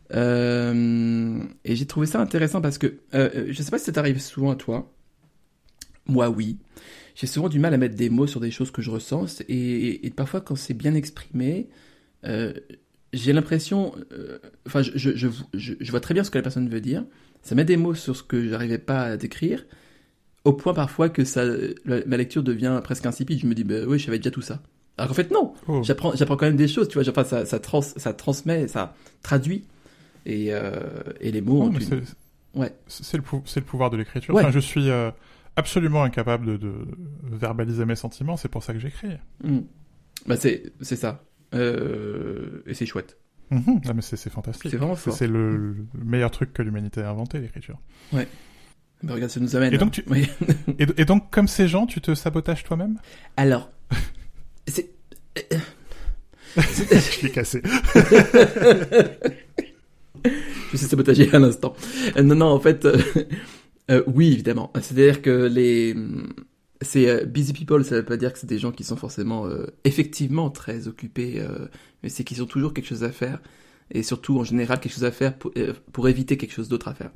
Et j'ai trouvé ça intéressant parce que je sais pas si ça t'arrive souvent à toi. Moi, oui. j'ai souvent du mal à mettre des mots sur des choses que je ressens, et parfois quand c'est bien exprimé, j'ai l'impression, enfin, je vois très bien ce que la personne veut dire, ça met des mots sur ce que j'arrivais pas à décrire, au point parfois que ma lecture devient presque insipide. Je me dis, bah oui, je savais déjà tout ça. Alors qu'en fait, non. J'apprends quand même des choses, tu vois. Enfin, ça transmet, ça traduit. Et les mots c'est le pouvoir de l'écriture. Ouais. Enfin, je suis absolument incapable de verbaliser mes sentiments. C'est pour ça que j'écris. Bah, c'est ça. Et c'est chouette. Ah, mais c'est fantastique. C'est vraiment fort. C'est le meilleur truc que l'humanité a inventé, l'écriture. Ouais. Bah, regarde, ça nous amène. Et donc, et donc, comme ces gens, tu te sabotages toi-même? Alors, Je l'ai cassé. Je suis sabotagé à l'instant. Non, en fait, oui, évidemment. C'est-à-dire que c'est busy people, ça veut pas dire que c'est des gens qui sont forcément effectivement très occupés, mais c'est qu'ils ont toujours quelque chose à faire, et surtout en général quelque chose à faire pour éviter quelque chose d'autre à faire.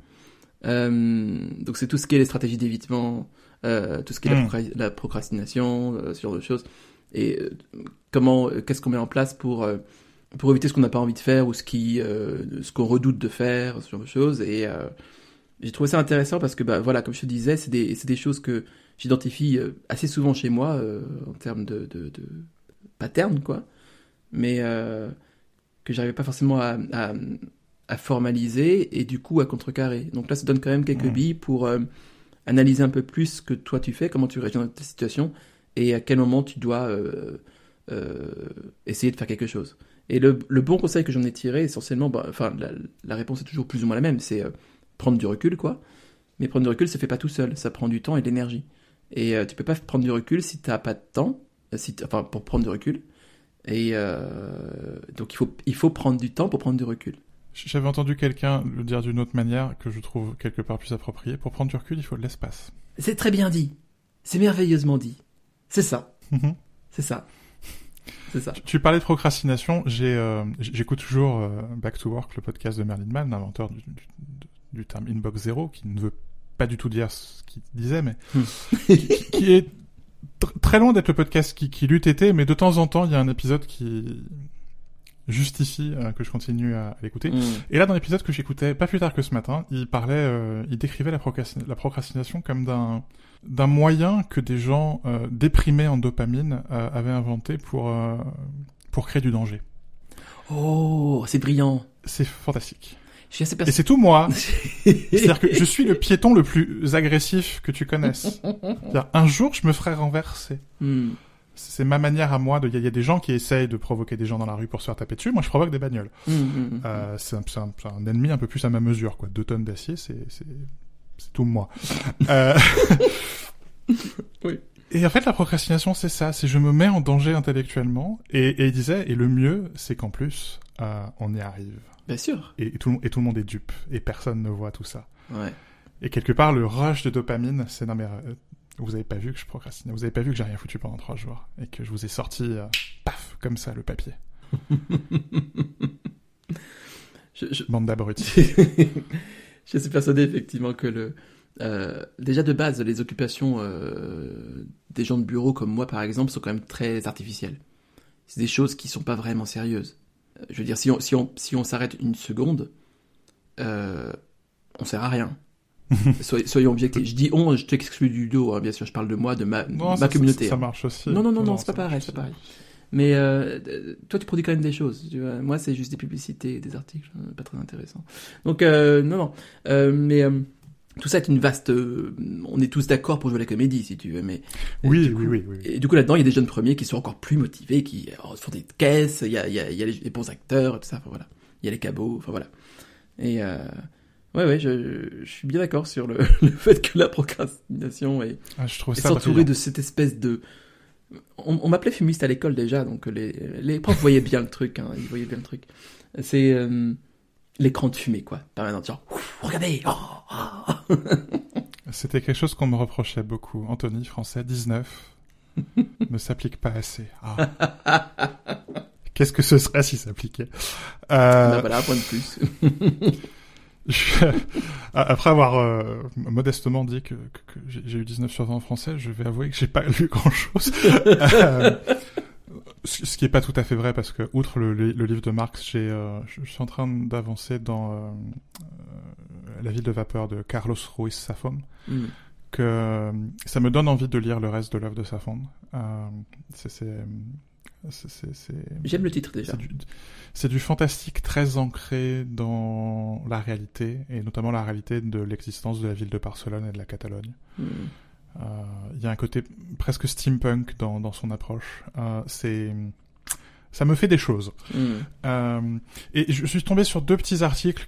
Donc c'est tout ce qui est les stratégies d'évitement, tout ce qui est la procrastination, ce genre de choses, et qu'est-ce qu'on met en place pour éviter ce qu'on n'a pas envie de faire ou ce qu'on redoute de faire, ce genre de choses. Et j'ai trouvé ça intéressant parce que bah voilà, comme je te disais, c'est des choses que j'identifie assez souvent chez moi en termes de pattern, quoi, mais que j'arrivais pas forcément à formaliser et du coup à contrecarrer. Donc là, ça donne quand même quelques billes pour analyser un peu plus ce que toi tu fais, comment tu réagis dans ta situation et à quel moment tu dois essayer de faire quelque chose. Et le bon conseil que j'en ai tiré, essentiellement, la réponse est toujours plus ou moins la même, c'est prendre du recul, quoi. Mais prendre du recul, ça fait pas tout seul, ça prend du temps et de l'énergie. Et tu peux pas prendre du recul si t'as pas de temps, pour prendre du recul. Et donc il faut prendre du temps pour prendre du recul. J'avais entendu quelqu'un le dire d'une autre manière que je trouve quelque part plus appropriée. Pour prendre du recul, il faut de l'espace. C'est très bien dit. C'est merveilleusement dit. C'est ça. C'est ça. C'est ça. Tu parlais de procrastination. J'écoute toujours Back to Work, le podcast de Merlin Mann, l'inventeur du terme Inbox Zero, qui ne veut pas du tout dire ce qu'il disait, mais qui est très loin d'être le podcast qui l'eût été, mais de temps en temps, il y a un épisode qui justifie que je continue à l'écouter. Et là, dans l'épisode que j'écoutais pas plus tard que ce matin, il décrivait la procrastination comme d'un moyen que des gens déprimés en dopamine avaient inventé pour créer du danger. Oh, c'est brillant. C'est fantastique. Et c'est tout moi. C'est-à-dire que je suis le piéton le plus agressif que tu connaisses. C'est-à-dire, un jour, je me ferai renverser. C'est ma manière à moi. Il y a des gens qui essayent de provoquer des gens dans la rue pour se faire taper dessus. Moi, je provoque des bagnoles. C'est un ennemi un peu plus à ma mesure, quoi. 2 tonnes d'acier, c'est tout moi. Oui. Et en fait, la procrastination, c'est ça. C'est je me mets en danger intellectuellement. Et il disait, et le mieux, c'est qu'en plus, on y arrive. Bien sûr. Et tout le monde est dupe. Et personne ne voit tout ça. Ouais. Et quelque part, le rush de dopamine, c'est non mais vous avez pas vu que je procrastinais, vous avez pas vu que j'ai rien foutu pendant 3 jours et que je vous ai sorti paf comme ça le papier. Bande d'abrutis. Je suis persuadé effectivement que déjà de base les occupations des gens de bureau comme moi par exemple sont quand même très artificielles. C'est des choses qui sont pas vraiment sérieuses. Je veux dire, si on s'arrête une seconde, on sert à rien. Soyons objectifs. Je dis on, je t'exclus du dos, hein, bien sûr, je parle de moi, de ma communauté. Ça marche aussi. Non, c'est pas pareil, c'est pas pareil. Mais toi, tu produis quand même des choses. Tu vois. Moi, c'est juste des publicités, des articles, pas très intéressant. Donc, mais tout ça est une vaste. On est tous d'accord pour jouer la comédie, si tu veux. Mais oui. Et du coup, là-dedans, il y a des jeunes premiers qui sont encore plus motivés, qui font des caisses. Il y a les bons acteurs, tout ça. Enfin, voilà. Il y a les cabots. Enfin voilà. Et ouais, je suis bien d'accord sur le fait que la procrastination est s'entourer de cette espèce de. On m'appelait fumiste à l'école déjà, donc les profs voyaient bien le truc. Hein, ils voyaient bien le truc. C'est l'écran de fumée, quoi. Permanent, genre, regardez. C'était quelque chose qu'on me reprochait beaucoup. Anthony, français, 19, ne s'applique pas assez. Qu'est-ce que ce serait si ça s'appliquait Voilà, un point de plus. Après avoir modestement dit que j'ai eu 19 sur 20 en français, je vais avouer que j'ai pas lu grand-chose. Ce qui est pas tout à fait vrai parce que, outre le livre de Marx, je suis en train d'avancer dans La ville de vapeur de Carlos Ruiz Zafón, que ça me donne envie de lire le reste de l'œuvre de Zafón. J'aime le titre déjà. C'est du fantastique très ancré dans la réalité, et notamment la réalité de l'existence de la ville de Barcelone et de la Catalogne. Il y a un côté presque steampunk dans son approche. Ça me fait des choses. Et je suis tombé sur 2 petits articles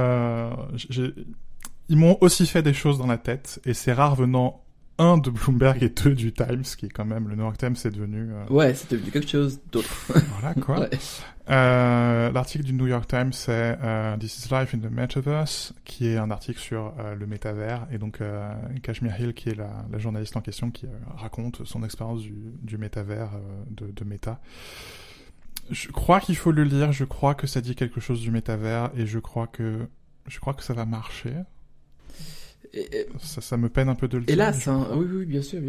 ils m'ont aussi fait des choses dans la tête, et c'est rare venant 1 de Bloomberg et 2 du Times, qui est quand même, le New York Times, c'est devenu... Ouais, c'est devenu quelque chose d'autre. Voilà, quoi. Ouais. L'article du New York Times, c'est This is Life in the Metaverse, qui est un article sur le métavers, et donc Kashmir Hill, qui est la journaliste en question, qui raconte son expérience du métavers de Meta. Je crois qu'il faut le lire, je crois que ça dit quelque chose du métavers, et je crois que ça va marcher. Ça me peine un peu de le dire. Hélas, hein. Oui, bien sûr.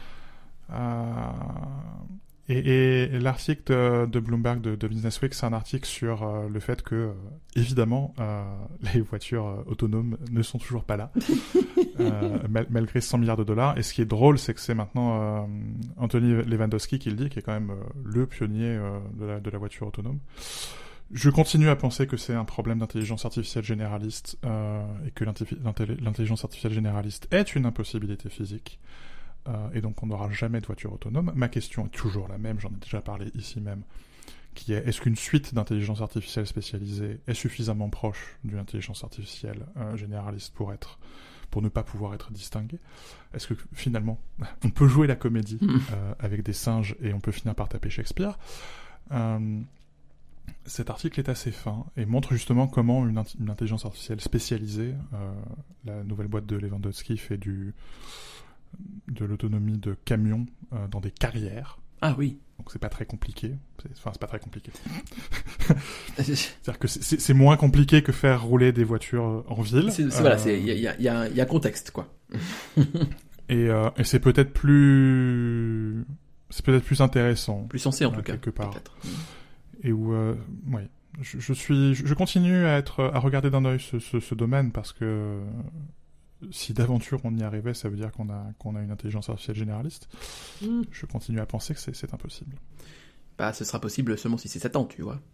Et l'article de Bloomberg de Business Week, c'est un article sur le fait que, évidemment, les voitures autonomes ne sont toujours pas là, malgré 100 milliards de dollars. Et ce qui est drôle, c'est que c'est maintenant Anthony Lewandowski qui le dit, qui est quand même le pionnier de la voiture autonome. Je continue à penser que c'est un problème d'intelligence artificielle généraliste et que l'intelligence artificielle généraliste est une impossibilité physique et donc on n'aura jamais de voiture autonome. Ma question est toujours la même, j'en ai déjà parlé ici même, qui est: est-ce qu'une suite d'intelligence artificielle spécialisée est suffisamment proche d'une intelligence artificielle généraliste pour ne pas pouvoir être distinguée? Est-ce que finalement on peut jouer la comédie avec des singes et on peut finir par taper Shakespeare? Cet article est assez fin et montre justement comment une intelligence artificielle spécialisée, la nouvelle boîte de Lewandowski, fait de l'autonomie de camions dans des carrières. Ah oui. Donc c'est pas très compliqué. C'est pas très compliqué. C'est-à-dire que c'est moins compliqué que faire rouler des voitures en ville. Voilà, il y a un contexte, quoi. Et c'est peut-être plus intéressant. Plus sensé en tout cas. Quelque part. Peut-être. Et où, ouais, je continue à regarder d'un œil ce domaine, parce que si d'aventure on y arrivait, ça veut dire qu'on a une intelligence artificielle généraliste. Je continue à penser que c'est impossible. Bah, ce sera possible seulement si c'est Satan, tu vois.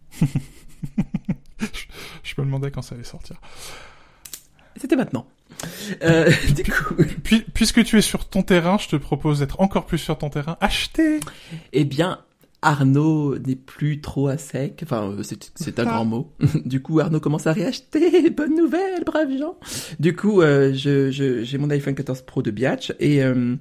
Je me demandais quand ça allait sortir. C'était maintenant. Du coup... Puisque tu es sur ton terrain, je te propose d'être encore plus sur ton terrain. Acheter! Eh bien, Arnaud n'est plus trop à sec. Enfin, c'est un grand mot. Du coup, Arnaud commence à réacheter. Bonne nouvelle, braves gens. Du coup, j'ai mon iPhone 14 Pro de Biatch et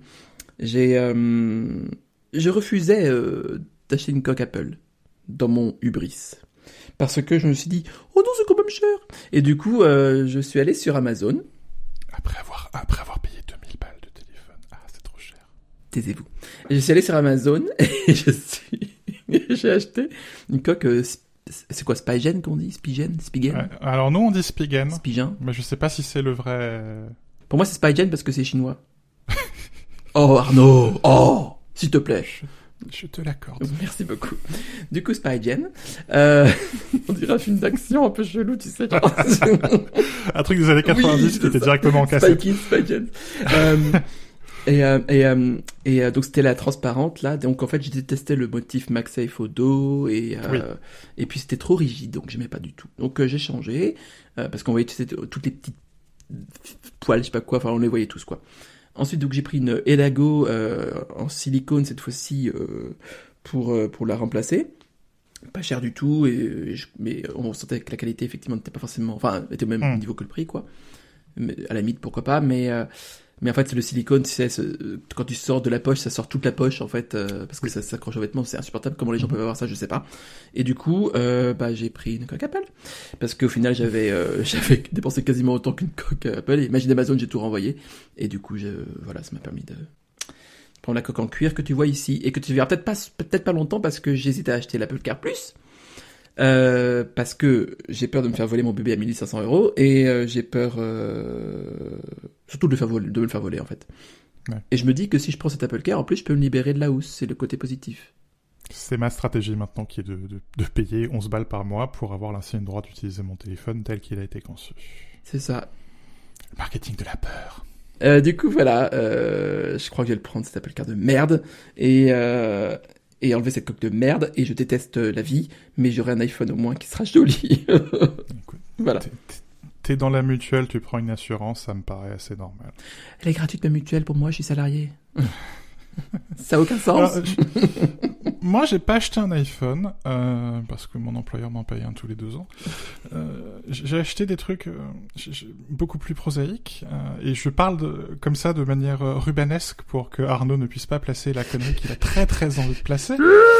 je refusais d'acheter une coque Apple dans mon hubris. Parce que je me suis dit, oh non, c'est quand même cher. Et du coup, je suis allé sur Amazon. Après avoir payé 2000 balles de téléphone. Ah, c'est trop cher. Taisez-vous. Je suis allé sur Amazon et j'ai acheté une coque, c'est quoi, Spigen qu'on dit? Spigen? Alors nous on dit Spigen. Spigen. Mais je sais pas si c'est le vrai... Pour moi c'est Spigen parce que c'est chinois. Oh Arnaud! Oh! S'il te plaît. Je te l'accorde. Merci beaucoup. Du coup, Spigen. On dirait un film d'action un peu chelou, tu sais. Un truc des années 90 qui était directement en cassette. Spigen. Et donc c'était la transparente là, donc en fait j'ai détesté le motif MagSafe au dos et puis c'était trop rigide, donc j'aimais pas du tout. Donc j'ai changé parce qu'on voyait toutes les petites poils, je sais pas quoi, enfin on les voyait tous quoi. Ensuite donc j'ai pris une Elago en silicone cette fois-ci pour la remplacer. Pas cher du tout mais on sentait que la qualité effectivement n'était pas forcément, enfin était au même niveau que le prix quoi. Mais, à la limite pourquoi pas, mais en fait, c'est le silicone, tu sais, quand tu sors de la poche, ça sort toute la poche, en fait, parce que ça s'accroche au vêtement, c'est insupportable. Comment les gens peuvent avoir ça, je sais pas. Et du coup, j'ai pris une coque Apple. Parce qu'au final, j'avais dépensé quasiment autant qu'une coque Apple. Et imagine Amazon, j'ai tout renvoyé. Et du coup, voilà, ça m'a permis de prendre la coque en cuir que tu vois ici. Et que tu verras peut-être pas longtemps parce que j'hésite à acheter l'Apple Car Plus. Parce que j'ai peur de me faire voler mon bébé à 1500 € et j'ai peur surtout de me le faire voler en fait. Ouais. Et je me dis que si je prends cet Apple Care, en plus je peux me libérer de la housse, c'est le côté positif. C'est ma stratégie maintenant qui est de payer 11 balles par mois pour avoir l'insigne droit d'utiliser mon téléphone tel qu'il a été conçu. C'est ça. Le marketing de la peur. Du coup voilà, je crois que je vais le prendre cet Apple Care de merde et enlever cette coque de merde, et je déteste la vie, mais j'aurai un iPhone au moins qui sera joli. Écoute, voilà. T'es dans la mutuelle, tu prends une assurance, ça me paraît assez normal. Elle est gratuite ma mutuelle, pour moi je suis salarié. Ça n'a aucun sens. Alors, moi, j'ai pas acheté un iPhone parce que mon employeur m'en paye un tous les 2 ans. J'ai acheté des trucs beaucoup plus prosaïques et je parle comme ça de manière rubanesque pour que Arnaud ne puisse pas placer la connerie qu'il a très très envie de placer.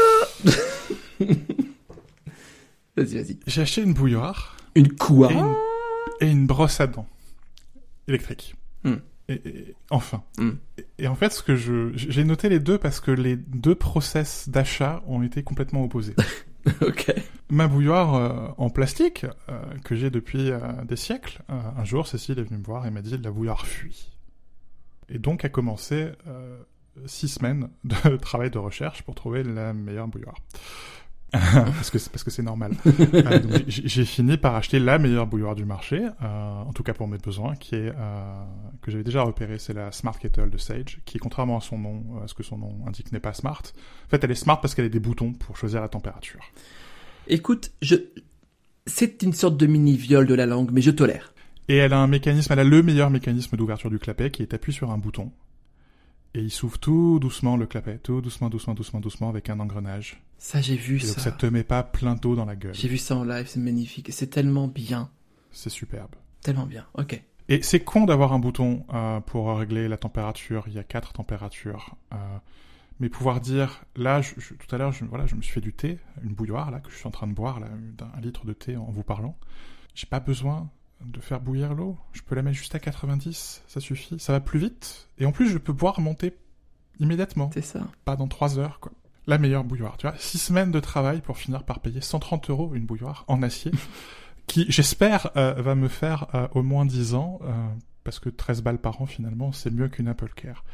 Vas-y. J'ai acheté une bouilloire. Une quoi? Et une brosse à dents électrique. Et enfin. Et en fait, j'ai noté les deux parce que les deux process d'achat ont été complètement opposés. Ok. Ma bouilloire en plastique, que j'ai depuis des siècles, un jour, Cécile est venue me voir et m'a dit « la bouilloire fuit ». Et donc a commencé 6 semaines de travail de recherche pour trouver la meilleure bouilloire. parce que c'est normal. Donc j'ai fini par acheter la meilleure bouilloire du marché, en tout cas pour mes besoins, qui est que j'avais déjà repéré, c'est la Smart Kettle de Sage, qui contrairement à son nom, à ce que son nom indique, n'est pas smart. En fait, elle est smart parce qu'elle a des boutons pour choisir la température. Écoute, c'est une sorte de mini-viol de la langue, mais je tolère. Et elle a le meilleur mécanisme d'ouverture du clapet, qui est appuyé sur un bouton. Et il s'ouvre tout doucement le clapet, tout doucement, avec un engrenage. Ça, j'ai vu et ça. Donc ça te met pas plein d'eau dans la gueule. J'ai vu ça en live, c'est magnifique. C'est tellement bien. C'est superbe. Tellement bien, ok. Et c'est con d'avoir un bouton pour régler la température. Il y a 4 températures. Mais pouvoir dire, là, tout à l'heure, je me suis fait du thé, une bouilloire, là, que je suis en train de boire, là, d'un litre de thé en vous parlant. J'ai pas besoin de faire bouillir l'eau. Je peux la mettre juste à 90, ça suffit. Ça va plus vite. Et en plus, je peux pouvoir monter immédiatement. C'est ça. Pas dans 3 heures, quoi. La meilleure bouilloire, tu vois. 6 semaines de travail pour finir par payer 130 € une bouilloire en acier, qui, j'espère, va me faire au moins 10 ans, parce que 13 balles par an, finalement, c'est mieux qu'une Apple Care.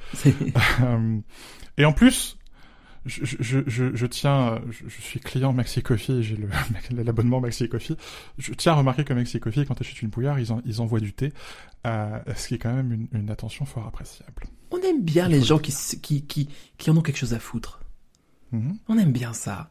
Et en plus, je tiens, je suis client Maxi Coffee, j'ai l'abonnement Maxi Coffee. Je tiens à remarquer que Maxi Coffee, quand tu achètes une bouilloire, ils envoient du thé, ce qui est quand même une attention fort appréciable. On aime bien les gens qui en ont quelque chose à foutre. On aime bien ça.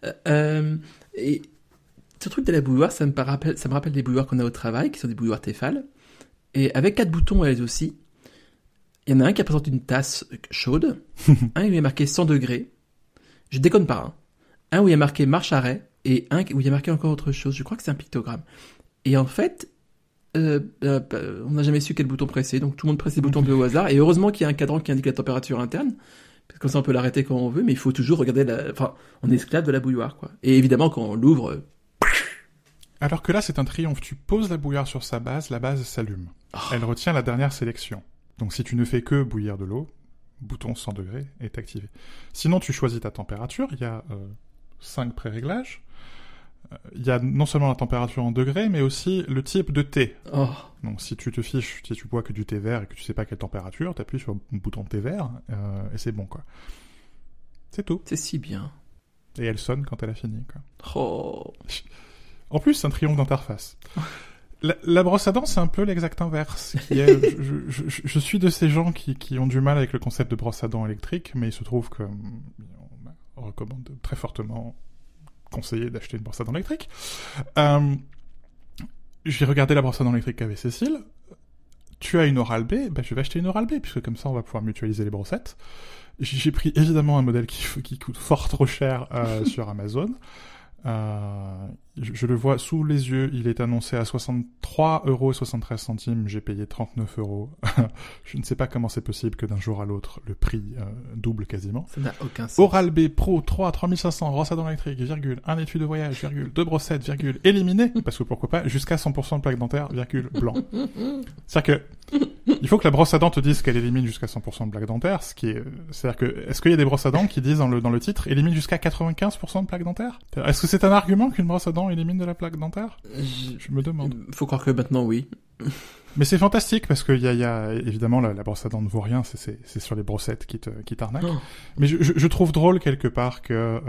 Et ce truc de la bouilloire, ça me rappelle des bouilloires qu'on a au travail, qui sont des bouilloires Tefal. Et avec 4 boutons, elles aussi. Il y en a un qui représente une tasse chaude, un où il y a marqué 100 degrés. Je déconne pas, hein. Un où il y a marqué marche arrêt, et un où il y a marqué encore autre chose. Je crois que c'est un pictogramme. Et en fait, on n'a jamais su quel bouton presser, donc tout le monde presse les boutons bleus au hasard. Et heureusement qu'il y a un cadran qui indique la température interne, parce que comme ça on peut l'arrêter quand on veut, mais il faut toujours regarder on est esclave de la bouilloire, quoi. Et évidemment, quand on l'ouvre... Alors que là, c'est un triomphe. Tu poses la bouilloire sur sa base, la base s'allume. Oh. Elle retient la dernière sélection. Donc si tu ne fais que bouillir de l'eau, bouton 100 degrés est activé. Sinon, tu choisis ta température. Il y a 5 pré-réglages. Il y a non seulement la température en degrés, mais aussi le type de thé. Oh. Donc si tu te fiches, si tu bois que du thé vert et que tu sais pas quelle température, tu appuies sur le bouton thé vert et c'est bon, quoi. C'est tout. C'est si bien. Et elle sonne quand elle a fini, quoi. Oh. En plus, c'est un triomphe d'interface. La brosse à dents, c'est un peu l'exact inverse. Je suis de ces gens qui ont du mal avec le concept de brosse à dents électrique, mais il se trouve que on recommande très fortement conseiller d'acheter une brosse à dents électrique. J'ai regardé la brosse à dents électrique qu'avait Cécile. Tu as une Oral-B, je vais acheter une Oral-B, puisque comme ça on va pouvoir mutualiser les brossettes. J'ai pris évidemment un modèle qui coûte fort trop cher sur Amazon. Je le vois sous les yeux, il est annoncé à 63,73 €, j'ai payé 39 €. Je ne sais pas comment c'est possible que d'un jour à l'autre, le prix double quasiment. Ça n'a aucun sens. Oral-B Pro 3500, brosse à dents électrique, virgule, un étui de voyage, virgule, 2 brossettes, virgule, éliminé, parce que pourquoi pas, jusqu'à 100% de plaque dentaire, virgule, blanc. C'est-à-dire que Il faut que la brosse à dents te dise qu'elle élimine jusqu'à 100% de plaques dentaires, c'est-à-dire que, est-ce qu'il y a des brosses à dents qui disent dans le titre, élimine jusqu'à 95% de plaques dentaires? Est-ce que c'est un argument qu'une brosse à dents élimine de la plaque dentaire? Je me demande. Faut croire que maintenant, oui. Mais c'est fantastique parce que y a évidemment la brosse à dents ne vaut rien, c'est sur les brossettes qui t'arnaquent. Oh. Mais je trouve drôle quelque part que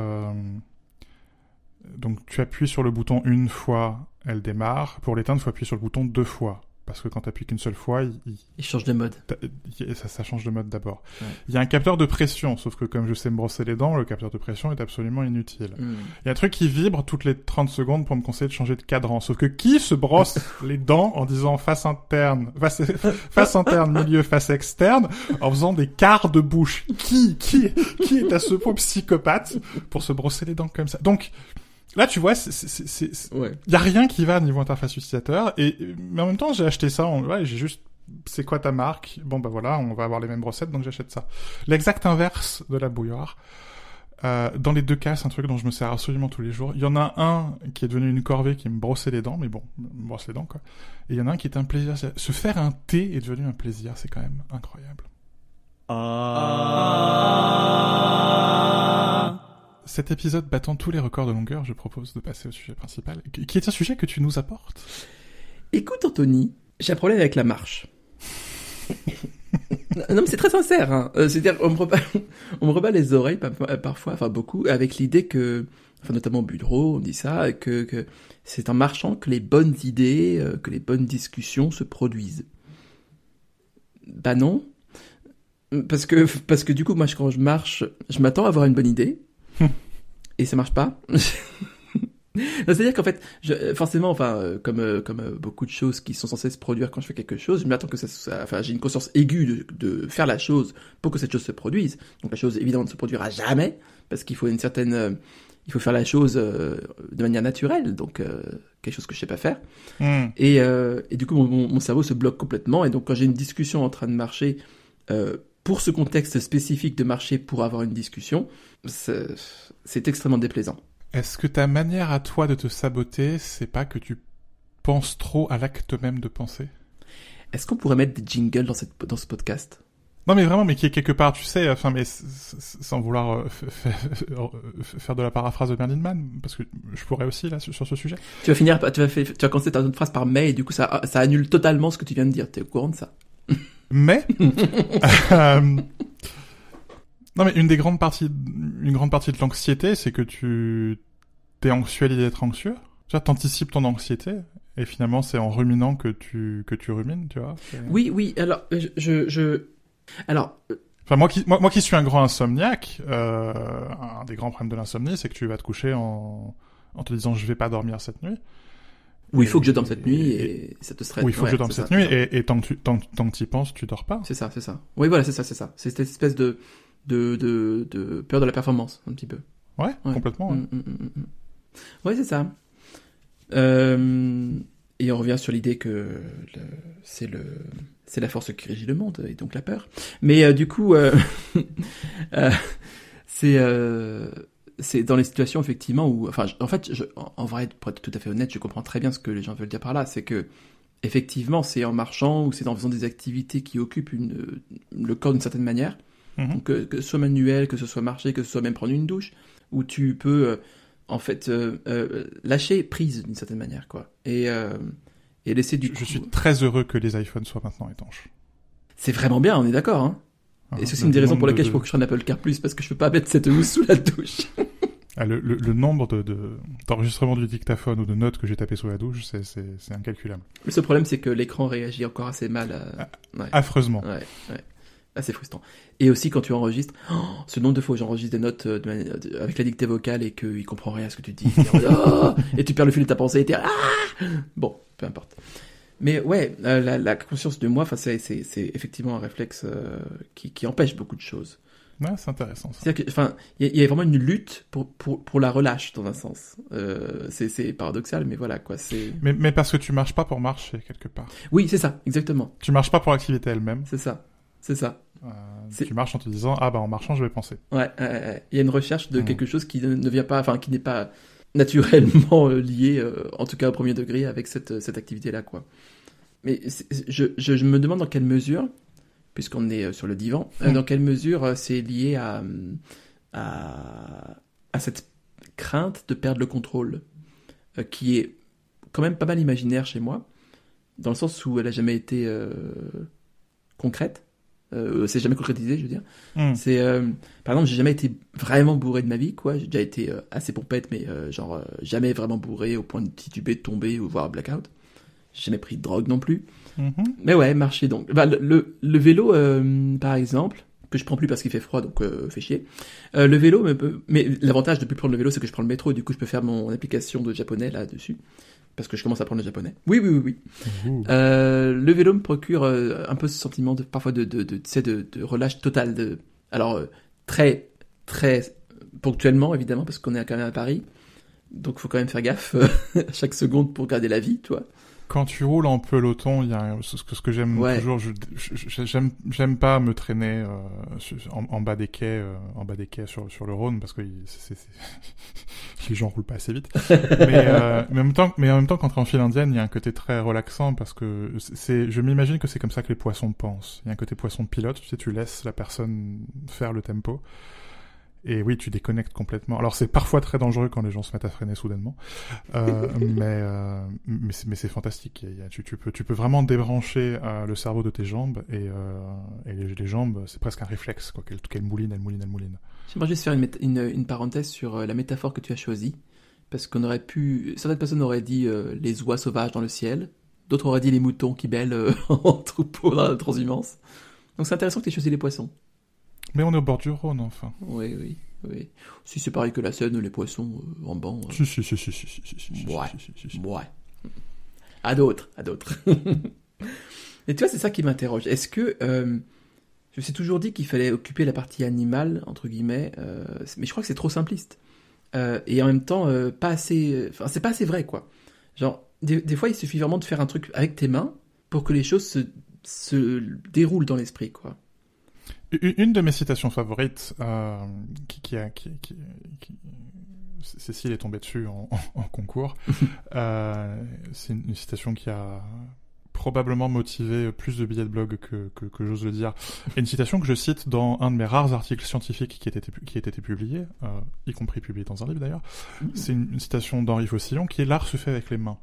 donc tu appuies sur le bouton une fois, elle démarre. Pour l'éteindre, il faut appuyer sur le bouton 2 fois. Parce que quand tu appuies qu'une seule fois, il change de mode. Ça change de mode d'abord. Ouais. Il y a un capteur de pression, sauf que comme je sais me brosser les dents, le capteur de pression est absolument inutile. Il y a un truc qui vibre toutes les 30 secondes pour me conseiller de changer de cadran. Sauf que qui se brosse les dents en disant face interne, milieu, face externe, en faisant des quarts de bouche? Qui est à ce point psychopathe pour se brosser les dents comme ça? Donc, là, tu vois, y a rien qui va niveau interface utilisateur, mais en même temps, j'ai acheté ça, j'ai juste, c'est quoi ta marque? Bon, bah voilà, on va avoir les mêmes recettes, donc j'achète ça. L'exact inverse de la bouilloire. Dans les deux cas, c'est un truc dont je me sers absolument tous les jours. Il y en a un qui est devenu une corvée qui me brossait les dents, mais bon, me brosse les dents, quoi. Et il y en a un qui est un plaisir. Se faire un thé est devenu un plaisir, c'est quand même incroyable. Cet épisode battant tous les records de longueur, je propose de passer au sujet principal, qui est un sujet que tu nous apportes. Écoute, Anthony, j'ai un problème avec la marche. Non, mais c'est très sincère, hein. C'est-à-dire, on me rebat les oreilles parfois, enfin beaucoup, avec l'idée que, enfin notamment au bureau, on dit ça, que c'est en marchant que les bonnes idées, que les bonnes discussions se produisent. Bah non. Parce que du coup, moi, quand je marche, je m'attends à avoir une bonne idée. Et ça marche pas. C'est-à-dire qu'en fait, forcément, comme beaucoup de choses qui sont censées se produire quand je fais quelque chose, je m'attends que j'ai une conscience aiguë de faire la chose pour que cette chose se produise. Donc la chose, évidemment, ne se produira jamais, parce qu'il faut il faut faire la chose de manière naturelle, donc quelque chose que je sais pas faire. Et du coup, mon cerveau se bloque complètement, et donc quand j'ai une discussion en train de marcher, pour ce contexte spécifique de marcher pour avoir une discussion, c'est extrêmement déplaisant. Est-ce que ta manière à toi de te saboter, c'est pas que tu penses trop à l'acte même de penser? Est-ce qu'on pourrait mettre des jingles dans ce podcast? Non mais vraiment, mais qui est quelque part, tu sais, mais sans vouloir faire de la paraphrase de Merlin Mann, parce que je pourrais aussi là sur ce sujet. Tu vas commencer ta phrase par mais, et du coup ça annule totalement ce que tu viens de dire. T'es au courant de ça? Mais non, mais une grande partie de l'anxiété, c'est que t'es anxieux à l'idée d'être anxieux. Tu vois, t'anticipes ton anxiété, et finalement, c'est en ruminant que tu rumines, tu vois. Oui, alors, Enfin, moi qui suis un grand insomniaque, un des grands problèmes de l'insomnie, c'est que tu vas te coucher en te disant je vais pas dormir cette nuit. Oui, il faut que je dorme cette nuit et ça te stresse. Oui, il faut que je dorme cette nuit et tant que tu y penses, tu dors pas. C'est ça. Oui, voilà, c'est ça. C'est cette espèce de peur de la performance, un petit peu. Ouais. Complètement. Ouais. Ouais, c'est ça. Et on revient sur l'idée que c'est la force qui régit le monde, et donc la peur. Mais du coup, c'est dans les situations effectivement où, en vrai, pour être tout à fait honnête, je comprends très bien ce que les gens veulent dire par là. C'est que effectivement, c'est en marchant ou c'est en faisant des activités qui occupent le corps d'une certaine manière, donc, que ce soit manuel, que ce soit marcher, que ce soit même prendre une douche, où tu peux lâcher prise d'une certaine manière, quoi, et laisser du coup... Je suis très heureux que les iPhones soient maintenant étanches. C'est vraiment bien, on est d'accord, hein. Et c'est aussi une des raisons pour lesquelles je procurerai un Apple Car Plus, parce que je peux pas mettre cette housse sous la douche. Le nombre d'enregistrements du dictaphone ou de notes que j'ai tapé sous la douche, c'est incalculable. Le seul problème, c'est que l'écran réagit encore assez mal. Affreusement. Ouais. Assez frustrant. Et aussi, quand tu enregistres, ce nombre de fois où j'enregistre des notes avec la dictée vocale et qu'il comprend rien à ce que tu dis, et tu perds le fil de ta pensée et t'es bon, peu importe. Mais ouais, la conscience de moi, c'est effectivement un réflexe qui empêche beaucoup de choses. Ouais, c'est intéressant. Ça. C'est-à-dire que, il y a vraiment une lutte pour la relâche dans un sens. C'est paradoxal, mais voilà quoi. Mais parce que tu marches pas pour marcher quelque part. Oui, c'est ça, exactement. Tu marches pas pour l'activité elle-même. C'est ça. Tu marches en te disant en marchant je vais penser. Ouais. Il y a une recherche de quelque chose qui ne vient pas, qui n'est pas naturellement lié, en tout cas au premier degré, avec cette activité-là, quoi. Mais je me demande dans quelle mesure, puisqu'on est sur le divan, dans quelle mesure c'est lié à cette crainte de perdre le contrôle, qui est quand même pas mal imaginaire chez moi, dans le sens où elle a jamais été concrète, c'est jamais concrétisé, je veux dire. C'est, par exemple, j'ai jamais été vraiment bourré de ma vie, quoi. J'ai déjà été assez pompette, mais jamais vraiment bourré au point de tituber, de tomber ou voire blackout. J'ai jamais pris de drogue non plus. Mais ouais, marcher donc. Bah, le vélo, par exemple, que je prends plus parce qu'il fait froid, donc fait chier. Le vélo, mais l'avantage de plus prendre le vélo, c'est que je prends le métro et du coup je peux faire mon application de japonais là-dessus. Parce que je commence à apprendre le japonais. Oui. Le vélo me procure un peu ce sentiment parfois de relâche total. Alors, très, très ponctuellement, évidemment, parce qu'on est quand même à Paris. Donc, il faut quand même faire gaffe chaque seconde pour garder la vie, tu vois. Quand tu roules en peloton, il y a ce que j'aime toujours. J'aime pas me traîner en bas des quais, sur le Rhône, parce que les gens roulent pas assez vite. mais en même temps, quand tu es en file indienne, il y a un côté très relaxant parce que je m'imagine que c'est comme ça que les poissons pensent. Il y a un côté poisson pilote, tu sais, tu laisses la personne faire le tempo. Et oui, tu déconnectes complètement. Alors c'est parfois très dangereux quand les gens se mettent à freiner soudainement, mais c'est fantastique. Tu peux vraiment débrancher le cerveau de tes jambes et les jambes, c'est presque un réflexe quoi. Qu'elles moulinent. J'aimerais juste faire une parenthèse sur la métaphore que tu as choisie, parce certaines personnes auraient dit les oies sauvages dans le ciel, d'autres auraient dit les moutons qui bêlent en troupeau dans la transhumance. Donc c'est intéressant que tu aies choisi les poissons. Mais on est au bord du Rhône, enfin. Oui. Si c'est pareil que la Seine, les poissons en banc. Si. Ouais. À d'autres. Et tu vois, c'est ça qui m'interroge. Est-ce que... je me suis toujours dit qu'il fallait occuper la partie animale, entre guillemets, mais je crois que c'est trop simpliste. Et en même temps, pas assez... Enfin, c'est pas assez vrai, quoi. Genre, des fois, il suffit vraiment de faire un truc avec tes mains pour que les choses se déroulent dans l'esprit, quoi. Une de mes citations favorites, Cécile est tombée dessus en concours. C'est une citation qui a probablement motivé plus de billets de blog que j'ose le dire. Et une citation que je cite dans un de mes rares articles scientifiques qui a été publié, y compris publié dans un livre d'ailleurs. C'est une citation d'Henri Faucillon qui est « L'art se fait avec les mains ».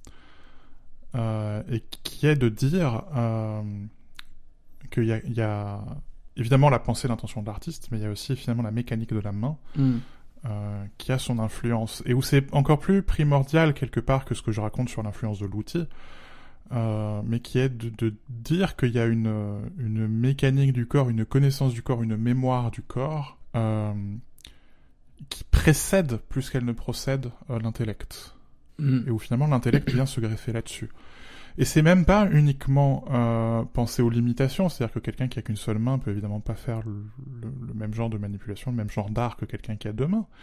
Et qui est de dire qu'il y a évidemment la pensée, l'intention de l'artiste, mais il y a aussi finalement la mécanique de la main qui a son influence, et où c'est encore plus primordial quelque part que ce que je raconte sur l'influence de l'outil, mais qui est de dire qu'il y a une mécanique du corps, une connaissance du corps, une mémoire du corps qui précède plus qu'elle ne procède l'intellect, et où finalement l'intellect vient se greffer là-dessus. Et c'est même pas uniquement penser aux limitations, c'est-à-dire que quelqu'un qui a qu'une seule main peut évidemment pas faire le même genre de manipulation, le même genre d'art que quelqu'un qui a deux mains.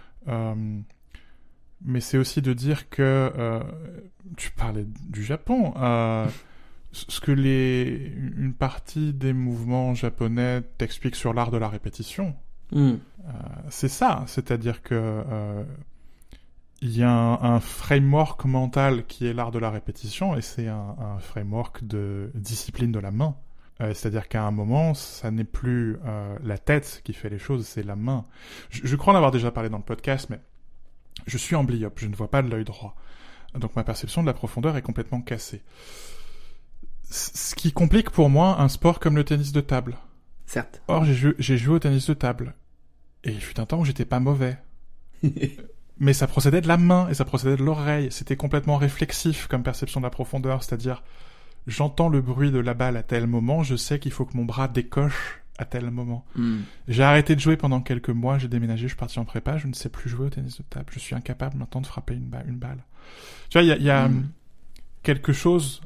Mais c'est aussi de dire que tu parlais du Japon, ce que une partie des mouvements japonais t'expliquent sur l'art de la répétition. C'est ça, c'est-à-dire que il y a un framework mental qui est l'art de la répétition, et c'est un framework de discipline de la main. C'est-à-dire qu'à un moment, ça n'est plus la tête qui fait les choses, c'est la main. Je crois en avoir déjà parlé dans le podcast, mais je suis amblyope, je ne vois pas de l'œil droit. Donc ma perception de la profondeur est complètement cassée. Ce qui complique pour moi un sport comme le tennis de table. Certes. Or, j'ai joué au tennis de table. Et il fut un temps où j'étais pas mauvais. Mais ça procédait de la main et ça procédait de l'oreille. C'était complètement réflexif comme perception de la profondeur. C'est-à-dire, j'entends le bruit de la balle à tel moment, je sais qu'il faut que mon bras décoche à tel moment. J'ai arrêté de jouer pendant quelques mois, j'ai déménagé, je suis parti en prépa, je ne sais plus jouer au tennis de table. Je suis incapable maintenant de frapper une balle. Tu vois, il y a quelque chose